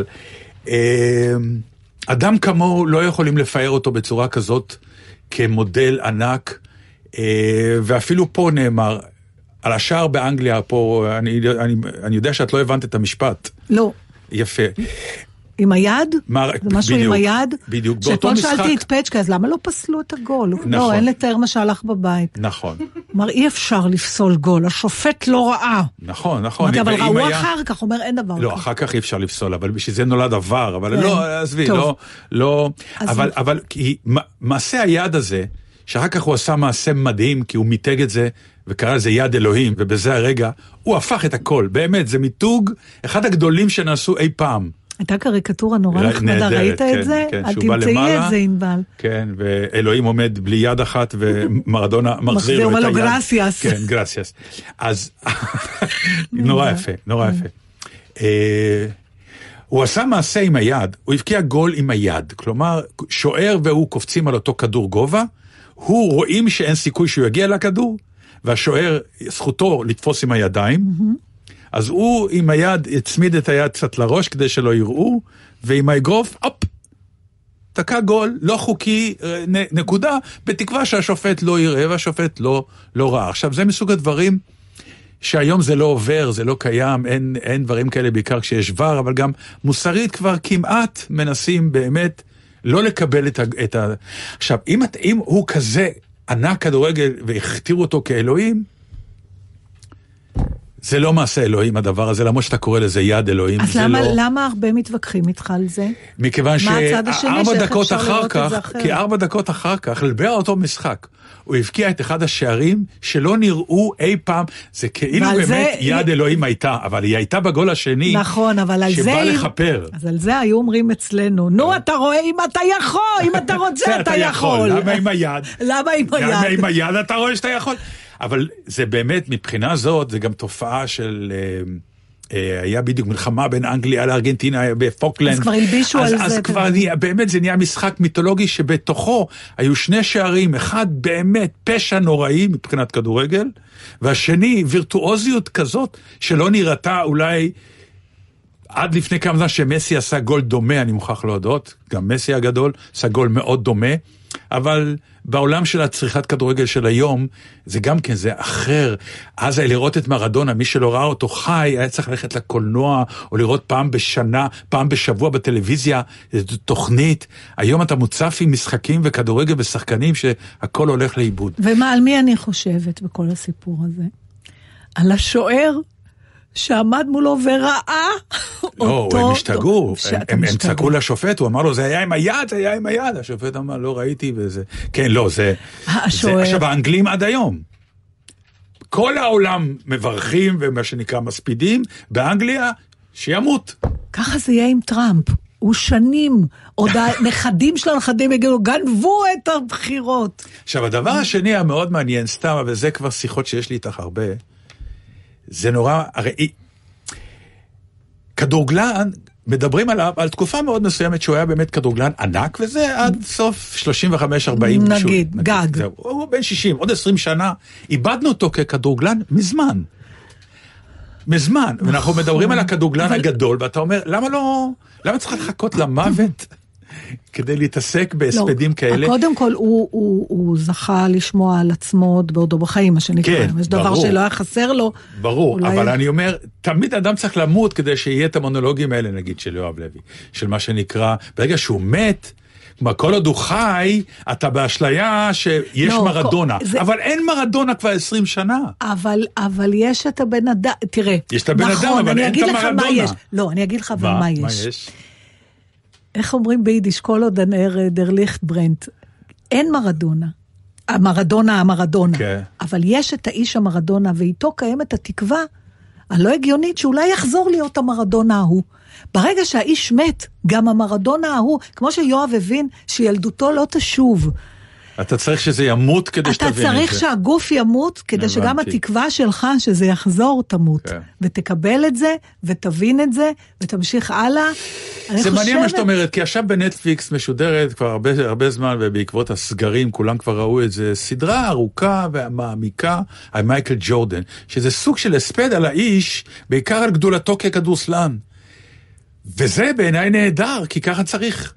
אדם כמוהו לא יכולים לפאר אותו בצורה כזאת כמודל ענק, ואפילו פה נאמר, על השער באנגליה פה, אני, אני, אני יודע שאת לא הבנת את המשפט. לא. יפה. עם היד? מה, זה משהו בדיוק, עם היד? בדיוק. באותו משחק... שפה שאלתי את פצ'קה, אז למה לא פסלו את הגול? נכון. לא, אין לתאר מה שהלך בבית. נכון. כלומר, אי אפשר לפסול גול, השופט לא ראה. נכון, נכון. אבל ראו היה... אחר כך, אומר, אין דבר. לא, אחר כך אי אפשר לפסול, אבל בשביל זה נולד עבר, אבל לא, עזבי, לא, לא, אבל, אבל, כי מעשה היד הזה, שאחר כך הוא עשה מעשה מדהים, כי הוא מיתג את זה, וקרא לזה יד אלוהים, ובזה הרגע, הוא הפך את הכל, באמת, זה מיתוג, אחד הגדולים שנעשו אי פעם. הייתה קריקטורה נורא נחמדה, ראית את זה? את תמצאי את זה, ענבל. כן, ואלוהים עומד בלי יד אחת, ומרדונה מחזיר לו את היד. גרסיאס. כן, גרסיאס. אז, נורא יפה, נורא יפה. הוא עשה מעשה עם היד, הוא הבקיע גול עם היד, כלומר, שוער והוא קופצים על אותו כדור גובה, הוא רואים שאין סיכוי שהוא יגיע לכדור, והשוער, זכותו לתפוס עם הידיים, אז הוא עם היד, הצמיד את היד קצת לראש כדי שלא יראו, ועם האגרוף, אופ, תקע גול, לא חוקי, נקודה, בתקווה שהשופט לא יראה, והשופט לא, לא ראה. עכשיו, זה מסוג הדברים שהיום זה לא עובר, זה לא קיים, אין, אין דברים כאלה בעיקר כשיש ור, אבל גם מוסרית כבר כמעט מנסים באמת לא לקבל את ה... את ה... עכשיו, אם, אם הוא כזה ענק כדורגל והכתירו אותו כאלוהים, זה לא מעשה אלוהים הדבר הזה, למרות שאתה קורא לזה יד אלוהים. אז למה, לא... למה הרבה מתווכחים איתך על זה? מכיוון שארבע דקות אחר כך, כי ארבע דקות אחר כך, לבע אותו משחק, הוא הבקיע את אחד השערים שלא נראו אי פעם, זה כאילו באמת זה... יד אלוהים הייתה, אבל היא הייתה בגול השני, נכון, אבל על זה... שבא לחפר. אז על זה היו אומרים אצלנו, נו, אתה רואה, אם אתה יכול, אם אתה רוצה, אתה יכול. למה עם היד? למה עם היד? למה עם היד אתה רואה שאתה יכול? אבל זה באמת, מבחינה זאת, זה גם תופעה של... היה בדיוק מלחמה בין אנגליה לארגנטינה בפוקלנד. אז כבר הלבישו על זה. אז כבר נהיה, באמת זה נהיה משחק מיתולוגי שבתוכו היו שני שערים, אחד באמת פשע נוראי מבחינת כדורגל, והשני וירטואוזיות כזאת שלא נראתה אולי עד לפני כמה זמן שמסי עשה גול דומה, אני מוכרח להודות, גם מסי הגדול עשה גול מאוד דומה, אבל בעולם של הצריכת כדורגל של היום, זה גם כן, זה אחר. אז היה לראות את מרדונה, מי שלא ראה אותו חי, היה צריך ללכת לקולנוע, או לראות פעם בשנה, פעם בשבוע בטלוויזיה, זו תוכנית. היום אתה מוצף עם משחקים וכדורגל ושחקנים, שהכל הולך לאיבוד. ומה, על מי אני חושבת בכל הסיפור הזה? על השוער, שעמד מולו וראה אותו. לא, הם השתגעו, שאתה הם, הם משתגע. צעקו לשופט, הוא אמר לו, זה היה עם היד, זה היה עם היד. השופט אמר, לא ראיתי וזה. כן, לא, זה... השוער. זה עכשיו, האנגלים עד היום. כל העולם מברכים ומה שנקרא מספידים, באנגליה, שימות. ככה זה יהיה עם טראמפ. הוא שנים, עוד הנכדים של הנכדים יגידו, גנבו את הבחירות. עכשיו, הדבר השני המאוד מעניין, סתם, אבל זה כבר שיחות שיש לי איתך הרבה, זה נורא, הרי כדורגלן, מדברים עליו, על תקופה מאוד מסוימת שהוא היה באמת כדורגלן ענק, וזה עד סוף שלושים וחמש ארבעים. נגיד, גג. זהו, הוא בן שישים, עוד עשרים שנה, איבדנו אותו ככדורגלן מזמן. מזמן, ואנחנו מדברים על הכדורגלן הגדול, ואתה אומר, למה לא, למה צריך לחכות למוות כדי להתעסק בהספדים כאלה? קודם כל, הוא זכה לשמוע על עצמו בעודו בחיים, מה שנקרא. כן, יש דבר שלא היה חסר לו. ברור, אבל אני אומר, תמיד אדם צריך למות כדי שיהיה את המונולוגים האלה, נגיד, של יואב לוי, של מה שנקרא, ברגע שהוא מת, כלומר, כל עוד הוא חי, אתה באשליה שיש לא, מרדונה. זה... אבל אין מרדונה כבר עשרים שנה. אבל, אבל יש את הבן אדם, תראה. יש את הבן נכון, אדם, אבל אין את המרדונה. יש. לא, אני אגיד לך אבל מה, מה יש. מה יש? איך אומרים ביידיש, כל עוד הנער דר ליכט ברנט. אין מרדונה. המרדונה, המרדונה. כן. אבל יש את האיש המרדונה, ואיתו קיימת התקווה הלא הגיונית, שאולי יחזור להיות המרדונה ההוא. ברגע שהאיש מת, גם המרדונה ההוא, כמו שיואב הבין, שילדותו לא תשוב. אתה צריך שזה ימות כדי שתבין את זה. אתה צריך שהגוף ימות, כדי שגם התקווה שלך שזה יחזור תמות. ותקבל את זה, ותבין את זה, ותמשיך הלאה. זה מעניין מה שאת אומרת, כי עכשיו בנטפליקס משודרת כבר הרבה, הרבה זמן, ובעקבות הסגרים כולם כבר ראו את זה, סדרה ארוכה ומעמיקה על מייקל ג'ורדן, שזה סוג של הספד על האיש, בעיקר על גדולתו ככדורסלן. וזה בעיניי נהדר, כי ככה צריך.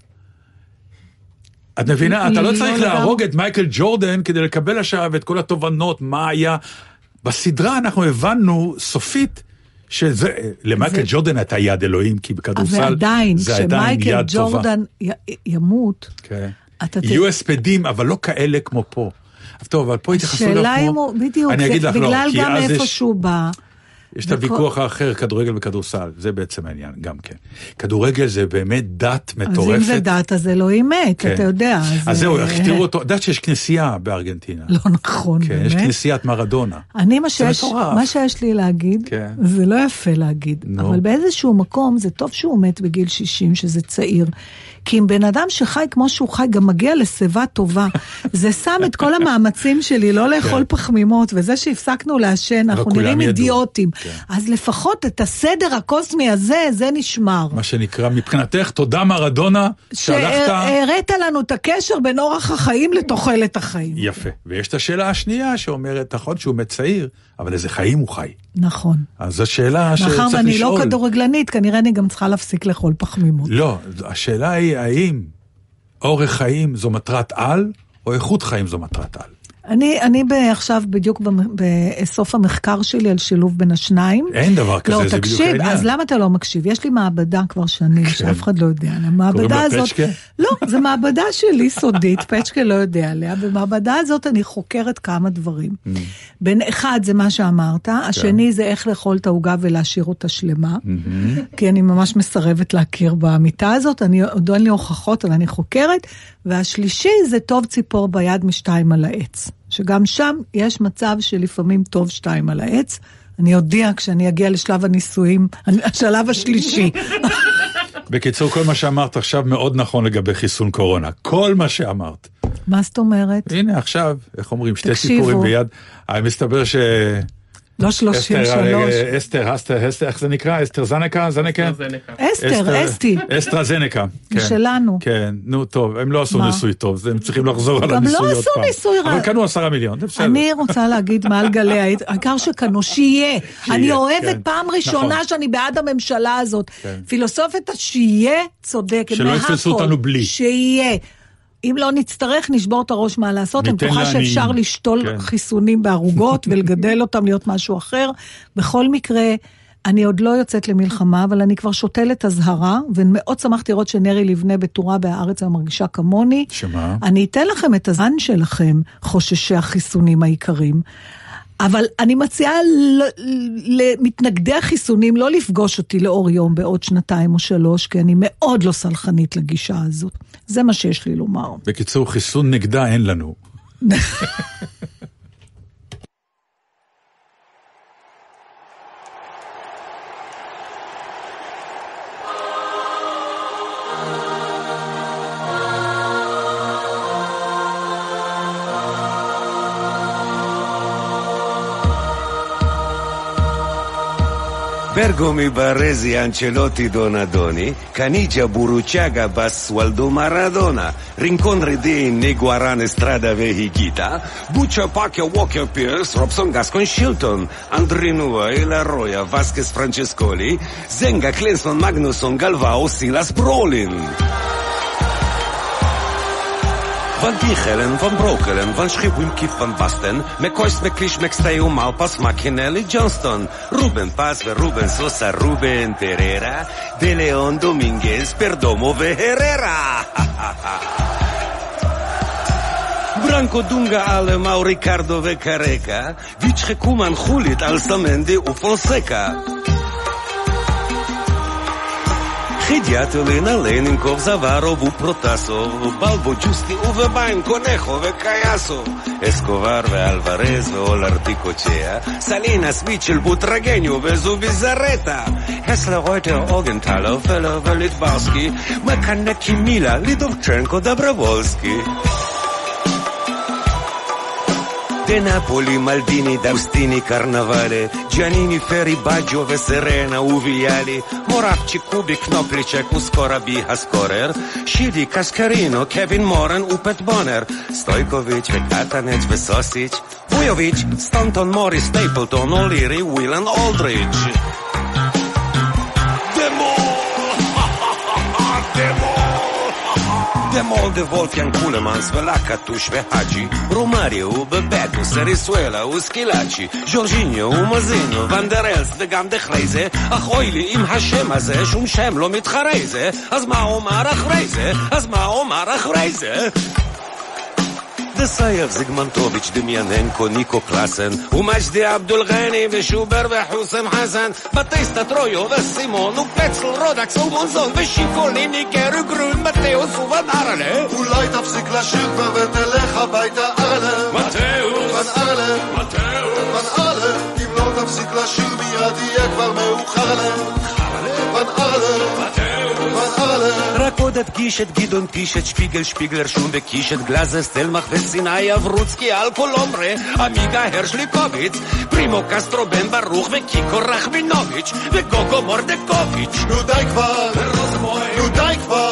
את מבינה, אתה לא צריך להרוג את מייקל ג'ורדן כדי לקבל עכשיו את כל התובנות, מה היה. בסדרה אנחנו הבנו סופית שזה, למייקל ג'ורדן הייתה יד אלוהים, כי בכדורסל זה עדיין יד טובה. שמייקל ג'ורדן ימות, יהיו הספדים, אבל לא כאלה כמו פה. טוב, אבל פה התייחסו לך שאלה אם הוא, בדיוק, בגלל גם איפשהו בא. יש את הוויכוח האחר, כדורגל וכדורסל, זה בעצם העניין, גם כן. כדורגל זה באמת דת מטורפת. אז אם זה דת, אז אלוהים מת, אתה יודע. אז זהו, הכתירו אותו, דת שיש כנסייה בארגנטינה. לא נכון, באמת. כן, יש כנסיית מרדונה. אני, מה שיש לי להגיד, זה לא יפה להגיד, אבל באיזשהו מקום, זה טוב שהוא מת בגיל שישים, שזה צעיר. כי אם בן אדם שחי כמו שהוא חי, גם מגיע לסביבה טובה. זה שם את כל המאמצים שלי, לא לאכול פחמימות, וזה שהפסקנו לעשן, אנחנו נראים אידיוטים. אז לפחות את הסדר הקוסמי הזה, זה נשמר. מה שנקרא, מבחינתך, תודה מרדונה, שהלכת... שהראית לנו את הקשר בין אורח החיים לתוחלת החיים. יפה. ויש את השאלה השנייה, שאומרת, נכון שהוא מצעיר, אבל איזה חיים הוא חי. נכון. אז זו שאלה שצריך לשאול. מאחר ואני לא כדורגלנית, כנראה אני גם צריכה להפסיק לאכול פחמימות. לא, השאלה היא, האם אורך חיים זו מטרת על, או איכות חיים זו מטרת על? אני, אני עכשיו בדיוק בסוף המחקר שלי על שילוב בין השניים. אין דבר כזה, לא, זה תקשיב, בדיוק העניין. אז למה אתה לא מקשיב? יש לי מעבדה כבר שנים, כן. שאף אחד לא יודע. המעבדה הזאת... פצ'קה? לא, זו מעבדה שלי סודית, פצ'קה לא יודע עליה. במעבדה הזאת אני חוקרת כמה דברים. Mm. בין אחד זה מה שאמרת, כן. השני זה איך לאכול את העוגה ולהשאיר אותה שלמה, mm-hmm. כי אני ממש מסרבת להכיר במיטה הזאת, אני עוד אין לי הוכחות, אבל אני חוקרת, והשלישי זה טוב ציפור ביד משתיים על העץ. שגם שם יש מצב שלפעמים טוב שתיים על העץ. אני יודע כשאני אגיע לשלב הניסויים, השלב השלישי. בקיצור, כל מה שאמרת עכשיו מאוד נכון לגבי חיסון קורונה. כל מה שאמרת. מה זאת אומרת? הנה עכשיו, איך אומרים, שתי סיפורים ביד. אני מסתבר ש... לא שלושים ושלוש. אסטר, אסטר, אסטר, איך זה נקרא? אסטר זנקה? זנקה? אסטר, אסטי. אסטרה זנקה. זה שלנו. כן, נו טוב, הם לא עשו ניסוי טוב, הם צריכים לחזור על הניסוי עוד פעם. גם לא עשו ניסוי רע. אבל קנו עשרה מיליון, זה בסדר. אני רוצה להגיד מעל גלי, העיקר שקנו, שיהיה. אני אוהבת פעם ראשונה שאני בעד הממשלה הזאת. פילוסופית השיהיה צודקת. שלא יתפסו אותנו בלי. שיהיה. אם לא נצטרך, נשבור את הראש מה לעשות. אני בטוחה שאפשר לשתול כן. חיסונים בערוגות ולגדל אותם להיות משהו אחר. בכל מקרה, אני עוד לא יוצאת למלחמה, אבל אני כבר שותלת הזהרה, ומאוד שמחתי לראות שנרי לבנה בתורה בארץ המרגישה כמוני. שמה? אני אתן לכם את הזן שלכם, חוששי החיסונים העיקרים. אבל אני מציעה למתנגדי החיסונים לא לפגוש אותי לאור יום בעוד שנתיים או שלוש, כי אני מאוד לא סלחנית לגישה הזאת. זה מה שיש לי לומר. בקיצור, חיסון נגדה אין לנו. Bergo mi Baresi, Ancelotti, Donadoni, Canigia, Buruciaga, Basualdo, Maradona, Rincon, Redin, Niguaran, Estrada, Vehigita, Buccia, Pacchia, Walker, Pierce, Robson, Gascon, Shilton, Andrinua, Elaroya, Vasquez, Francescoli, Zenga, Clinton, Magnusson, Galvao, Silas, Brolin. Van Gichelen, Van Brokelen, Van Schipwim, Kip, Van Basten, McCoys, McLeish, McStay, Malpas, McKinley, Johnston, Ruben Paz, Ruben Sosa, Ruben Pereira, De Leon, Dominguez, Perdomo, Herrera. Branco, Dunga, Alemão, Ricardo, Careca, Vichre, Kuman, Julit, Alsamendi, Ufonseca. Хидятелина, Ленинков, Заваров, Протасов, Балбо, Джусти, Увебайн, Конехо, Векаясов, Эсковар, Алварез, Олартикочеа, Салинас, Мичел, Бутрагеню, Везубизарета, Хеслер, Реутер, Огенталов, Феллер, Литварский, Маканеки, Мила, Лидовченко, Добровольский. De Napoli, Maldini, D'Austini, Carnavale, Giannini, Ferri, Baggio, Serena, Uviali, Moravci, Kubi, Knoplicek, Uskorabi, Haskorer, Shidi, Kaskarino, Kevin Moran, Upet Bonner, Stojkovic, Vekatanec, Vesosic, Vujovic, Stanton, Morris, Stapleton, O'Leary, Whelan, Aldridge. Demo! Demo! Demol de Wolfgang Kulemans, Velakatush, Vehaji, Romario, Bebeto, Serisuela, Uskilaci, Jorginho, Umazino, Van der Elst, וגם דחליזה, אך אוי לי עם השם הזה, שום שם לא מתחרי זה, אז מה אומר אחרי זה? אז מה אומר אחרי זה? דסייב, זיגמנטוביץ', דמיאננקו, ניקו קלאסן, ומג'די אבדול גני, ושובר וחוסם חסן, בטייסטה טרויו וסימון, ופצל רודקס ומונזון, ושיקולים ניגרו גרון, מתאוס ובן ארלה. אולי תפסיק לשיר כבר ותלך הביתה ארלה. מתאוס. בן ארלה. מתאוס. בן ארלה. אם לא תפסיק לשיר מיד יהיה כבר מאוחר לה. בן ארלה. מתאוס. רק עוד הדגיש את גדעון קיש, את שפיגל, שפיגלר, שום וקיש, את גלזס, תלמח וסיני, אברוצקי, אלקולומרה, עמיגה הרשליקוביץ, פרימו קסטרו, בן ברוך וקיקו רחמינוביץ' וגוגו מורדקוביץ'. נו די כבר, נו די כבר,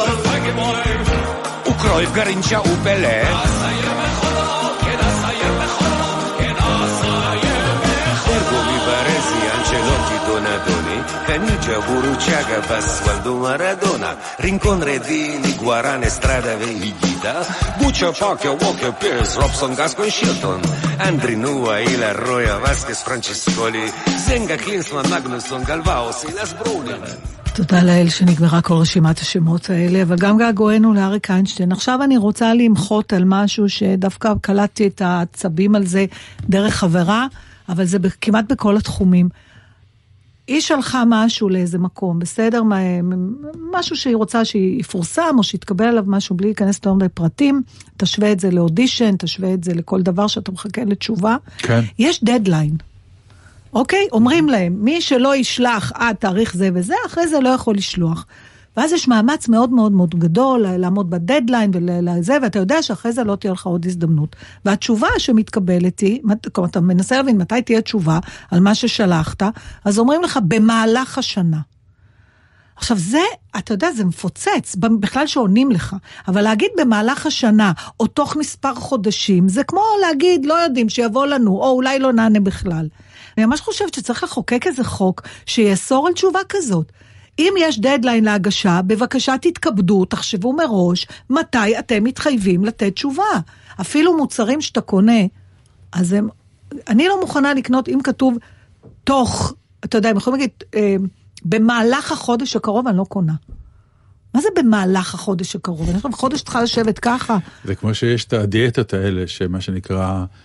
וקרויב גרינצ'ה ופלה, אסייר בחולו, כן אסייר בחולו, כן אסייר בחולו. ארגו מברזי, אנצ'לוטי, דונדוני, Canigia, Buruciaga, Basualdo, Maradona, Rincon, Redini, Guaran, Estrada, Vehigita, Buccia, Pacchia, Walker, Pierce, Robson, Gascon, Shilton, Andrinua, Elaroya, Vasquez, Francescoli, Zenga, Klinsmann, Magnusson, Galvao, Silas, Brolin. תודה לאל שנגמרה כל רשימת השמות האלה, אבל גם געגוענו לאריק איינשטיין. עכשיו אני רוצה למחות על משהו שדווקא קלטתי את העצבים על זה דרך חברה, אבל זה כמעט בכל התחומים. היא שלחה משהו לאיזה מקום, בסדר, משהו שהיא רוצה שיפורסם, או שיתקבל עליו משהו בלי להיכנס יותר מדי פרטים, תשווה את זה לאודישן, תשווה את זה לכל דבר שאתה מחכה לתשובה. כן. יש דדליין. אוקיי? אומרים להם, מי שלא ישלח עד תאריך זה וזה, אחרי זה לא יכול לשלוח. ואז יש מאמץ מאוד מאוד מאוד גדול, לעמוד בדדליין ולזה, ואתה יודע שאחרי זה לא תהיה לך עוד הזדמנות. והתשובה שמתקבלת היא, כלומר, אתה מנסה להבין מתי תהיה תשובה על מה ששלחת, אז אומרים לך, במהלך השנה. עכשיו זה, אתה יודע, זה מפוצץ, בכלל שעונים לך, אבל להגיד במהלך השנה, או תוך מספר חודשים, זה כמו להגיד, לא יודעים, שיבוא לנו, או אולי לא נענה בכלל. אני ממש חושבת שצריך לחוקק איזה חוק, שיאסור על תשובה כזאת. אם יש דדליין להגשה, בבקשה תתכבדו, תחשבו מראש, מתי אתם מתחייבים לתת תשובה. אפילו מוצרים שאתה קונה, אז הם, אני לא מוכנה לקנות, אם כתוב, תוך, אתה יודע, הם יכולים להגיד, אה, במהלך החודש הקרוב אני לא קונה. מה זה במהלך החודש הקרוב? אני חושב, חודש צריכה לשבת ככה. זה כמו שיש את הדיאטות האלה, שמה שנקרא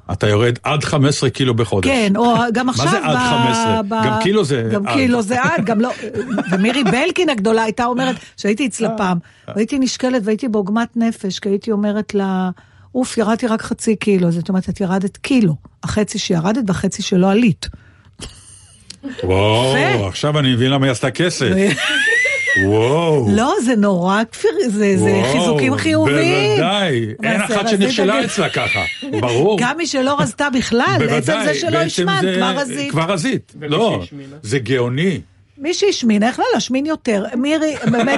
אתה יורד עד חמש עשרה קילו בחודש. כן, או גם עכשיו... מה זה עד חמש עשרה? גם קילו זה גם עד. קילו זה עד, גם לא... ומירי בלקין הגדולה הייתה אומרת, שהייתי אצלה פעם, והייתי נשקלת והייתי בעוגמת נפש, כי הייתי אומרת לה, אוף, ירדתי רק חצי קילו, זאת אומרת, את ירדת קילו, החצי שירדת והחצי שלא עלית. וואו, עכשיו אני מבין למה היא עשתה כסף. וואו. לא, זה נורא כפיר, זה, זה חיזוקים חיוביים. בוודאי, אין אחת שנכשלה אצלה ככה, ברור. גם מי שלא רזתה בכלל, בעצם זה שלא ישמן, כבר רזית. כבר רזית, לא, זה גאוני. מי שהשמין, איך לא להשמין יותר? מירי, באמת,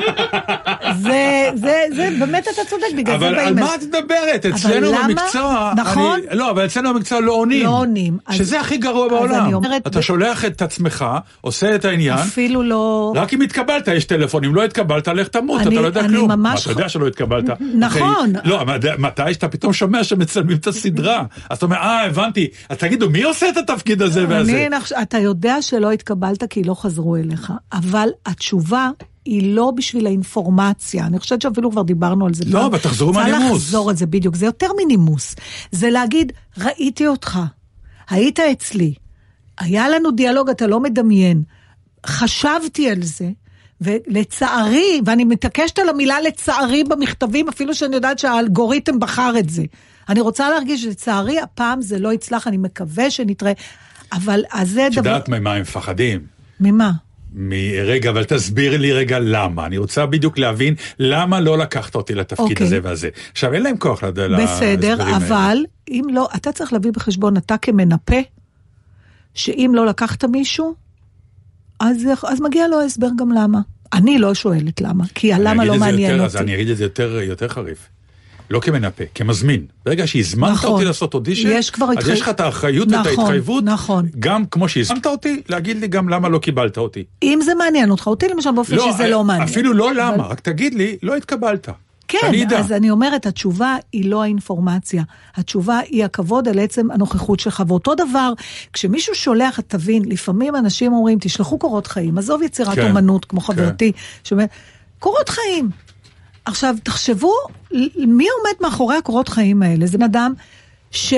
זה, זה, זה, באמת אתה צודק, בגלל זה אבל על מה את מדברת? אצלנו במקצוע, נכון? לא, אבל אצלנו במקצוע לא עונים. לא עונים. שזה הכי גרוע בעולם. אתה שולח את עצמך, עושה את העניין. אפילו לא... רק אם התקבלת, יש טלפון, אם לא התקבלת, לך תמות, אתה לא יודע כלום. אתה יודע שלא התקבלת. נכון. לא, מתי שאתה פתאום שומע שמצלמים את הסדרה? אז אתה אומר, אה, הבנתי, אז תגידו, מי עושה את התפקיד הזה והזה? אתה יודע שלא התקבלת כי לא חזרו אליך, אבל התשובה היא לא בשביל האינפורמציה, אני חושבת שאפילו כבר דיברנו על זה. לא, אבל תחזרו מהנימוס. צריך לחזור על זה בדיוק, זה יותר מנימוס. זה להגיד, ראיתי אותך, היית אצלי, היה לנו דיאלוג, אתה לא מדמיין, חשבתי על זה, ולצערי, ואני מתעקשת על המילה לצערי במכתבים, אפילו שאני יודעת שהאלגוריתם בחר את זה. אני רוצה להרגיש שלצערי, הפעם זה לא יצלח, אני מקווה שנתראה, אבל אז זה דבר... שדעת ממה הם מפחדים. ממה? מרגע, אבל תסביר לי רגע למה. אני רוצה בדיוק להבין למה לא לקחת אותי לתפקיד הזה והזה. עכשיו, אין להם כוח להסברים האלה. בסדר, אבל אם לא, אתה צריך להביא בחשבון, אתה כמנפה, שאם לא לקחת מישהו, אז, אז מגיע לו הסבר גם למה. אני לא שואלת למה, כי הלמה לא מעניין יותר, אותי. אז אני אגיד את זה יותר, יותר חריף. לא כמנפה, כמזמין. ברגע שהזמנת נכון, אותי לעשות אודישן, אז התחי... יש לך את האחריות, נכון, את ההתחייבות, נכון. גם כמו שהזמנת אותי, להגיד לי גם למה לא קיבלת אותי. אם זה מעניין אותך, אותי למשל באופן לא, שזה לא מעניין. אפילו לא אבל... למה, רק תגיד לי, לא התקבלת. כן, אז אני אומרת, התשובה היא לא האינפורמציה, התשובה היא הכבוד על עצם הנוכחות שלך, ואותו דבר, כשמישהו שולח, תבין, לפעמים אנשים אומרים, תשלחו קורות חיים, עזוב יצירת כן, אומנות, כמו חברתי, כן. שאומר, קורות חיים. עכשיו, תחשבו, מי עומד מאחורי הקורות חיים האלה? זה אדם ש...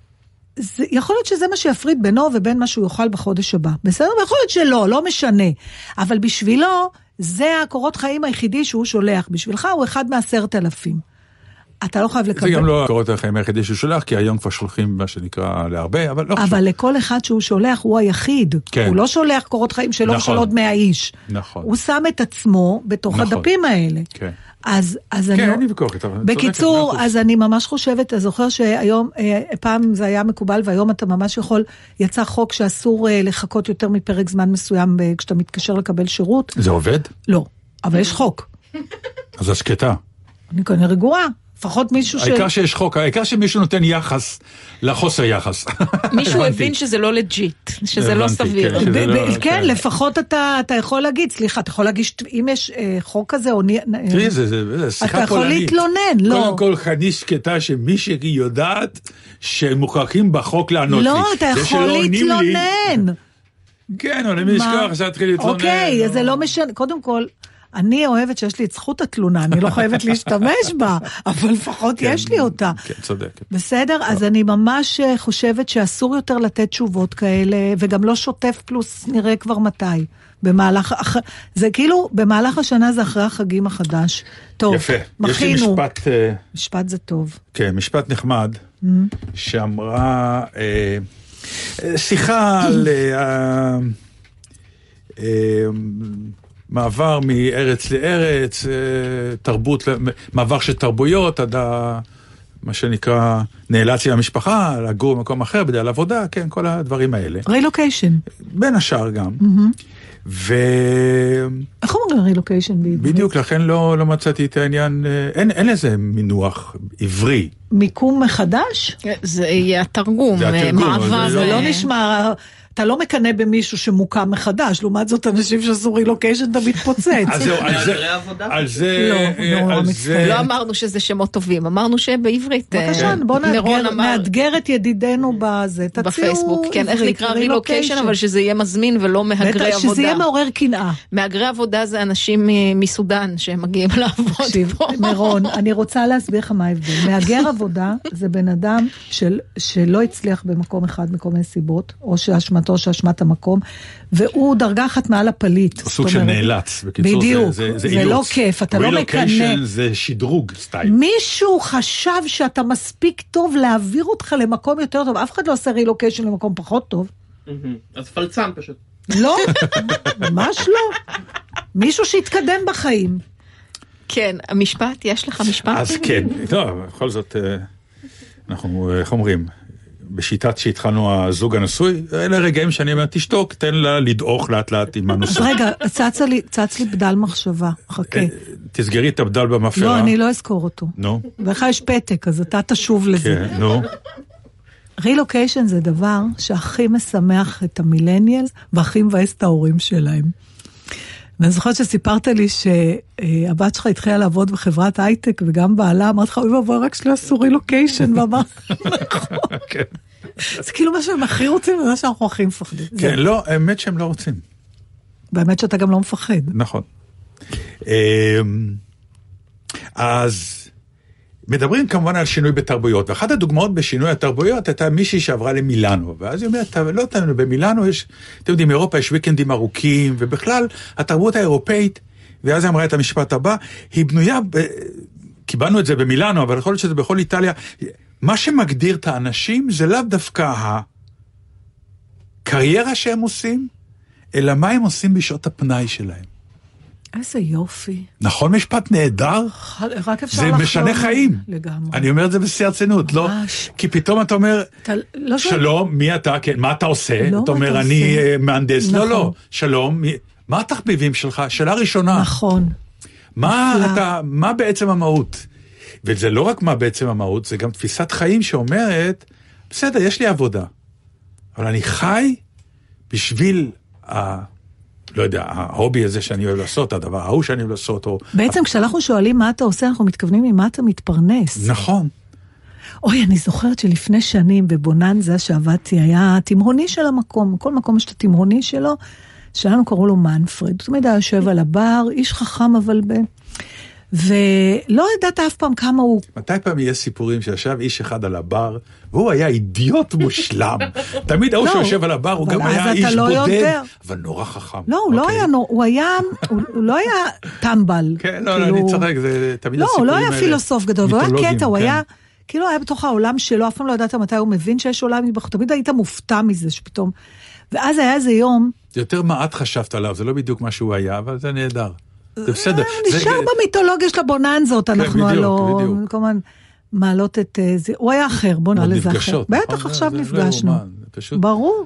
זה, יכול להיות שזה מה שיפריד בינו ובין מה שהוא יאכל בחודש הבא. בסדר? ויכול להיות שלא, לא משנה. אבל בשבילו, זה הקורות חיים היחידי שהוא שולח. בשבילך הוא אחד מעשרת אלפים. אתה לא חייב לקבל. זה גם לא הקורות החיים היחידי שהוא שולח, כי היום כבר שולחים מה שנקרא להרבה, אבל לא חשוב. אבל לכל אחד שהוא שולח הוא היחיד. כן. הוא לא שולח קורות חיים שלו נכון. ושל עוד מאה איש. נכון. הוא שם את עצמו בתוך נכון. הדפים האלה. כן. אז, אז כן, אני... אני בקוח איתה. בקיצור, אז אני ממש חושבת, אתה זוכר שהיום, פעם זה היה מקובל, והיום אתה ממש יכול, יצא חוק שאסור לחכות יותר מפרק זמן מסוים, כשאתה מתקשר לקבל שירות. זה עובד? לא, אבל יש חוק. אז השקטה. אני כנראה רגועה. לפחות מישהו ש... העיקר שיש חוק, העיקר שמישהו נותן יחס לחוסר יחס. מישהו הבין שזה לא לג'יט, שזה לא סביר. כן, לפחות אתה יכול להגיד, סליחה, אתה יכול להגיש, אם יש חוק כזה, תראי, זה שיחה פולנית. אתה יכול להתלונן, לא. קודם כל, חני שקטה שמישהי יודעת שמוכרחים בחוק לענות לי. לא, אתה יכול להתלונן. כן, אבל אני משכוח שתתחיל להתלונן. אוקיי, זה לא משנה, קודם כל... אני אוהבת שיש לי את זכות התלונה, אני לא חייבת להשתמש בה, אבל לפחות יש לי אותה. כן, צודקת. בסדר? אז אני ממש חושבת שאסור יותר לתת תשובות כאלה, וגם לא שוטף פלוס נראה כבר מתי. במהלך, זה כאילו, במהלך השנה זה אחרי החגים החדש. טוב, יפה. מכינו. יש לי משפט... משפט זה טוב. כן, משפט נחמד, שאמרה, שיחה על... מעבר מארץ לארץ, תרבות, מעבר של תרבויות, עד ה, מה שנקרא, נאלץ עם המשפחה, לגור במקום אחר, בדל עבודה, כן, כל הדברים האלה. רילוקיישן. בין השאר גם. ו... איך אומרים רילוקיישן בעברית? בדיוק, לכן לא, לא מצאתי את העניין, אין, אין איזה מינוח עברי. מיקום מחדש? זה יהיה התרגום, מעבר. זה לא נשמע... אתה לא מקנה במישהו שמוקם מחדש, לעומת זאת אנשים שעשו רילוקיישן תמיד פוצץ. על זה, על זה... לא אמרנו שזה שמות טובים, אמרנו שבעברית... בבקשה, בוא נאתגר את ידידינו בזה, תציעו בפייסבוק, כן, איך נקרא רילוקיישן, אבל שזה יהיה מזמין ולא מהגרי עבודה. שזה יהיה מעורר קנאה. מהגרי עבודה זה אנשים מסודן שמגיעים לעבוד פה. מירון, אני רוצה להסביר לך מה ההבדל. מהגר עבודה זה בן אדם של, שלא הצליח במקום אחד מכל מיני סיבות, או שאשמתו שאשמת המקום, והוא דרגה אחת מעל הפליט. הוא סוג של נאלץ, בקיצור. בדיוק, זה, זה, זה, זה לא כיף, אתה לא מקנה. רילוקיישן זה שדרוג סטייל. מישהו חשב שאתה מספיק טוב להעביר אותך למקום יותר טוב, אף אחד לא עושה רילוקיישן למקום פחות טוב. אז פלצן פשוט. לא, ממש לא. מישהו שהתקדם בחיים. כן, המשפט, יש לך משפט? אז כן, לא, בכל זאת, אנחנו, איך אומרים, בשיטת שהתחלנו הזוג הנשוי, אלה רגעים שאני אומר, תשתוק, תן לה לדעוך לאט לאט עם הנושא. אז רגע, צץ לי, צץ לי בדל מחשבה, חכה. תסגרי את הבדל במפרה. לא, אני לא אזכור אותו. נו. ואיך יש פתק, אז אתה תשוב לזה. כן, נו. רילוקיישן זה דבר שהכי משמח את המילניאלס, והכי מבאס את ההורים שלהם. ואני זוכרת שסיפרת לי שהבת שלך התחילה לעבוד בחברת הייטק, וגם בעלה אמרת לך, אוי ואבוי, רק שלא עשו רילוקיישן, ואמר, נכון. זה כאילו מה שהם הכי רוצים, וזה שאנחנו הכי מפחדים. כן, לא, האמת שהם לא רוצים. באמת שאתה גם לא מפחד. נכון. אז מדברים כמובן על שינוי בתרבויות, ואחת הדוגמאות בשינוי התרבויות הייתה מישהי שעברה למילאנו, ואז היא אומרת, לא תמיד, במילאנו יש, אתם יודעים, אירופה יש ויקנדים ארוכים, ובכלל התרבות האירופאית, ואז היא אמרה את המשפט הבא, היא בנויה, ב... קיבלנו את זה במילאנו, אבל יכול להיות שזה בכל איטליה, מה שמגדיר את האנשים זה לאו דווקא הקריירה שהם עושים, אלא מה הם עושים בשעות הפנאי שלהם. איזה יופי. נכון, משפט נהדר. רק אפשר זה לחשוב. משנה חיים. לגמרי. אני אומר את זה בשיא הרצינות, לא? כי פתאום אתה אומר, שלום, מי אתה? ממה אתה עושה? אתה אומר, אני מהנדס. לא, לא. שלום, מה התחביבים שלך? שאלה ראשונה. נכון. מה בעצם המהות? וזה לא רק מה בעצם המהות, זה גם תפיסת חיים שאומרת, בסדר, יש לי עבודה, אבל אני חי בשביל ה... לא יודע, ההובי הזה שאני אוהב לעשות, הדבר ההוא שאני אוהב לעשות, או... בעצם כשאנחנו שואלים מה אתה עושה, אנחנו מתכוונים ממה אתה מתפרנס. נכון. אוי, אני זוכרת שלפני שנים בבוננזה שעבדתי, היה תמרוני של המקום, כל מקום יש את התמרוני שלו, שלנו קראו לו מנפרד, הוא תמיד היה יושב על הבר, איש חכם אבל ב... ולא ידעת אף פעם כמה הוא... מתי פעם יש סיפורים שישב איש אחד על הבר, והוא היה אידיוט מושלם. תמיד ההוא שיושב על הבר, הוא גם היה איש בודד, אבל נורא חכם. לא, הוא לא היה, הוא היה, הוא לא היה טמבל. כן, לא, אני צוחק, זה תמיד הסיפורים האלה. לא, הוא לא היה פילוסוף גדול, הוא היה קטע, הוא היה, כאילו היה בתוך העולם שלו, אף פעם לא ידעת מתי הוא מבין שיש עולם מבחוץ, תמיד היית מופתע מזה שפתאום. ואז היה איזה יום... זה יותר מה את חשבת עליו, זה לא בדיוק מה שהוא היה, אבל זה נהדר. זה בסדר. נשאר במיתולוגיה של הבוננזות, אנחנו הלא, כמובן, מעלות את זה, הוא היה אחר, בוא נעלה לזה אחר. בטח עכשיו נפגשנו. ברור.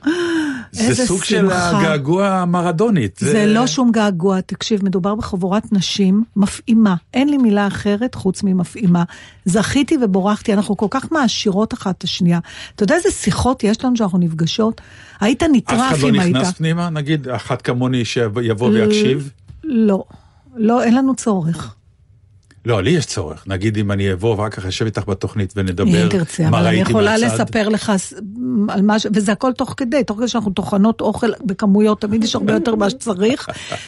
זה סוג של הגעגוע המרדונית. זה לא שום געגוע, תקשיב, מדובר בחבורת נשים, מפעימה, אין לי מילה אחרת חוץ ממפעימה. זכיתי ובורחתי, אנחנו כל כך מעשירות אחת את השנייה. אתה יודע איזה שיחות יש לנו שאנחנו נפגשות? היית נטרף אם היית. אף אחד לא נכנס פנימה? נגיד, אחת כמוני שיבוא ויקשיב? לא. לא, אין לנו צורך. לא, לי יש צורך. נגיד אם אני אבוא ואחר כך אשב איתך בתוכנית ונדבר מה ראיתי מהצד. אבל אני יכולה לספר לך על מה, וזה הכל תוך כדי, תוך כדי שאנחנו תוכנות אוכל בכמויות, תמיד יש הרבה יותר מה שצריך,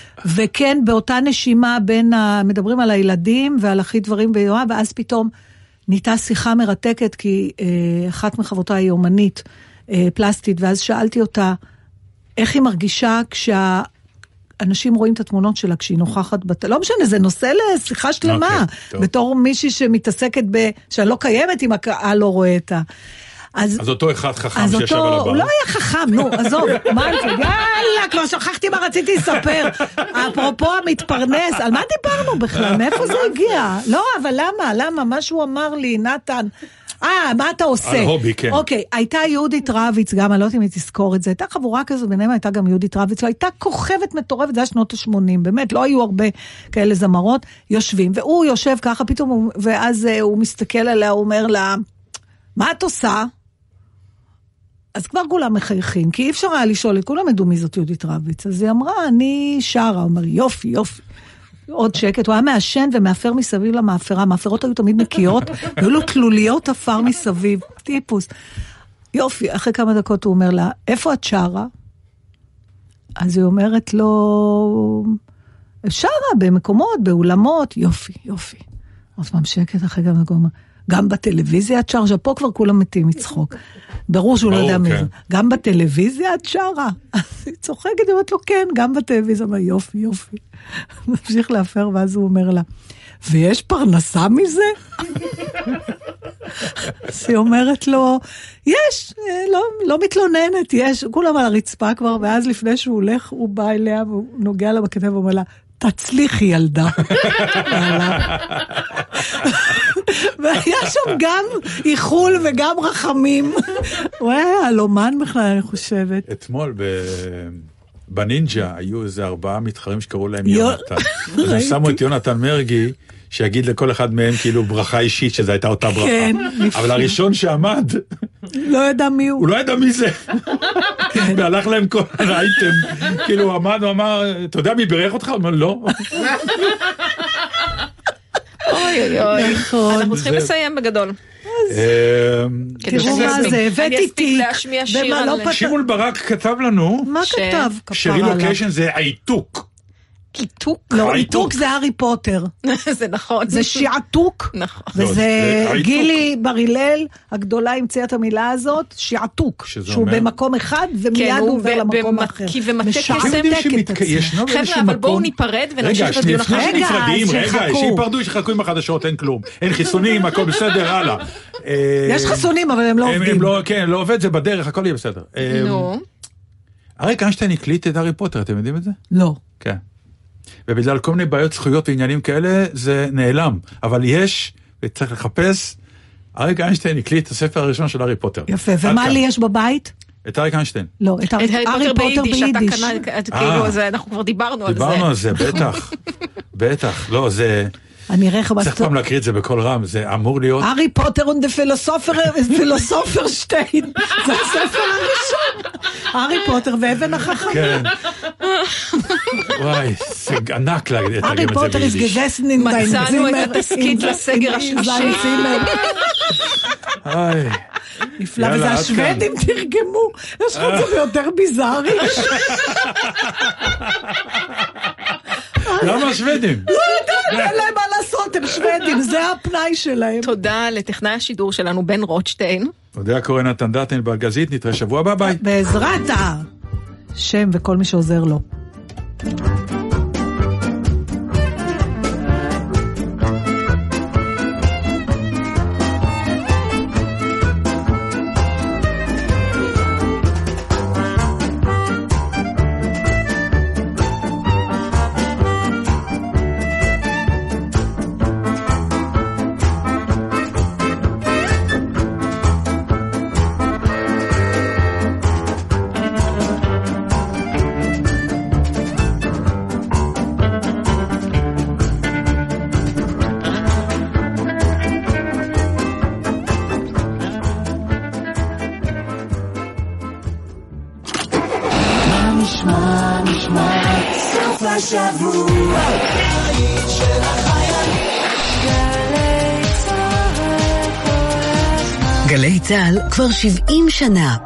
וכן, באותה נשימה בין, מדברים על הילדים ועל הכי דברים ביואה, ואז פתאום ניתה שיחה מרתקת, כי אחת מחברותיי היא אומנית, פלסטית, ואז שאלתי אותה, איך היא מרגישה כשה... אנשים רואים את התמונות שלה כשהיא נוכחת, בת... לא משנה, זה נושא לשיחה שלמה, okay, בתור מישהי שמתעסקת ב... שאני לא קיימת אם הקהל לא רואה את ה... אז, אז אותו אחד חכם שישב אותו... על הבר. הוא לא היה חכם, נו, עזוב, מה זה? יאללה, כבר שכחתי מה רציתי לספר. אפרופו המתפרנס, על מה דיברנו בכלל? מאיפה זה הגיע? לא, אבל למה? למה? מה שהוא אמר לי, נתן... אה, מה אתה עושה? על הובי, כן. אוקיי, הייתה יהודית רביץ, גם, אני לא יודעת אם היא תזכור את זה, הייתה חבורה כזו, ביניהם הייתה גם יהודית רביץ, והייתה כוכבת מטורפת, זה היה שנות ה-שמונים, באמת, לא היו הרבה כאלה זמרות, יושבים, והוא יושב ככה, פתאום, ואז הוא מסתכל עליה, הוא אומר לה, מה את עושה? אז כבר כולם מחייכים, כי אי אפשר היה לשאול, כולם ידעו מי זאת יהודית רביץ, אז היא אמרה, אני שרה, הוא אומר, יופי, יופי. עוד שקט, הוא היה מעשן ומאפר מסביב למאפרה, המאפרות היו תמיד נקיות, והיו לו תלוליות אפר מסביב, טיפוס. יופי, אחרי כמה דקות הוא אומר לה, איפה את שרה? אז היא אומרת לו, שרה במקומות, באולמות, יופי, יופי. אז פעם שקט אחרי כמה דקות, גם בטלוויזיה את שרה, פה כבר כולם מתים מצחוק. ברור שהוא לא יודע מי זה. גם בטלוויזיה את שרה. אז היא צוחקת, היא אומרת לו, כן, גם בטלוויזיה, אבל יופי, יופי. ממשיך להפר, ואז הוא אומר לה, ויש פרנסה מזה? אז היא אומרת לו, יש, לא, לא מתלוננת, יש, כולם על הרצפה כבר, ואז לפני שהוא הולך, הוא בא אליה, והוא נוגע לה בכתב, ואומר לה, תצליחי ילדה. והיה שם גם איחול וגם רחמים. הוא היה אלומן בכלל, אני חושבת. אתמול בנינג'ה היו איזה ארבעה מתחרים שקראו להם יונתן. אז הם שמו את יונתן מרגי, שיגיד לכל אחד מהם כאילו ברכה אישית, שזו הייתה אותה ברכה. אבל הראשון שעמד, לא ידע מי הוא. הוא לא ידע מי זה. והלך להם כל האייטם. כאילו הוא עמד, הוא אמר, אתה יודע מי בירך אותך? הוא אומר, לא. אוי אוי אוי. אנחנו צריכים לסיים בגדול. תראו מה זה, הבאתי תיק. שמעון ברק כתב לנו. מה כתב? שרילוקיישן זה העיתוק. עיתוק? לא, עיתוק זה הארי פוטר. זה נכון. זה שעתוק. נכון. וזה גילי בר הלל, הגדולה המציאה את המילה הזאת, שעתוק. שהוא במקום אחד ומיד הוא עובר למקום אחר. כי ומטה קסם. חבר'ה, אבל בואו ניפרד ונמשיך את הדיון אחר. רגע, רגע, שיפרדו, שחכו עם החדשות, אין כלום. אין חיסונים, הכל בסדר, הלאה. יש חיסונים, אבל הם לא עובדים. כן, לא עובד, זה בדרך, הכל יהיה בסדר. נו. אריק איינשטיין הקליט את הארי פוטר, אתם יודעים את זה? לא. כן. ובגלל כל מיני בעיות זכויות ועניינים כאלה, זה נעלם. אבל יש, וצריך לחפש, אריק איינשטיין הקליט את הספר הראשון של הארי פוטר. יפה, ומה לי יש בבית? את אריק איינשטיין. לא, את הארי פוטר ביידיש. אנחנו כבר דיברנו על זה. דיברנו על זה, בטח. בטח, לא, זה... אני אראה לך צריך פעם להקריא את זה בכל רם, זה אמור להיות... הארי פוטר und פילוסופר שטיין, זה הספר הראשון. הארי פוטר ואבן החכם. כן. וואי, זה ענק להגיד את זה הארי פוטר is gesessen in dein Zimmer. מצאנו את התסקית לסגר השלישי. איי. נפלא, וזה השוודים תרגמו. יש לך את זה ביותר ביזארי. למה השוודים? לא יודע, אין להם מה לעשות, הם שוודים, זה הפנאי שלהם. תודה לטכנאי השידור שלנו, בן רוטשטיין. תודה קורא נתן דטן בגזית, נתראה שבוע הבא, ביי. בעזרת השם וכל מי שעוזר לו. גלי צהל כבר שבעים שנה.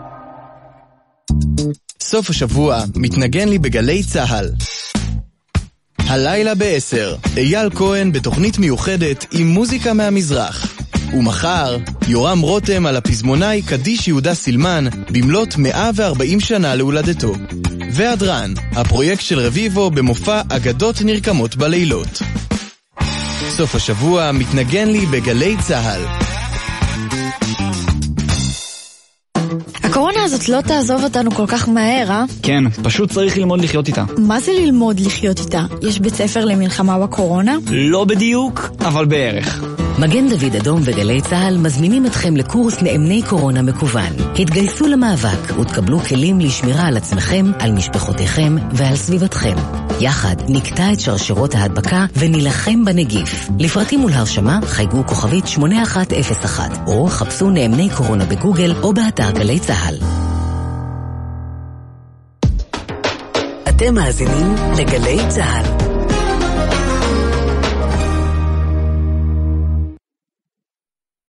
סוף השבוע מתנגן לי בגלי צהל. הלילה בעשר, אייל כהן בתוכנית מיוחדת עם מוזיקה מהמזרח. ומחר, יורם רותם על הפזמונאי קדיש יהודה סילמן במלות מאה וארבעים שנה להולדתו. והדרן, הפרויקט של רביבו במופע אגדות נרקמות בלילות. סוף השבוע מתנגן לי בגלי צהל. הקורונה הזאת לא תעזוב אותנו כל כך מהר, אה? כן, פשוט צריך ללמוד לחיות איתה. מה זה ללמוד לחיות איתה? יש בית ספר למלחמה בקורונה? לא בדיוק, אבל בערך. מגן דוד אדום וגלי צהל מזמינים אתכם לקורס נאמני קורונה מקוון. התגייסו למאבק ותקבלו כלים לשמירה על עצמכם, על משפחותיכם ועל סביבתכם. יחד נקטע את שרשרות ההדבקה ונילחם בנגיף. לפרטים ולהרשמה חייגו כוכבית שמונה אחת אפס אחת או חפשו נאמני קורונה בגוגל או באתר גלי צהל. אתם מאזינים לגלי צהל.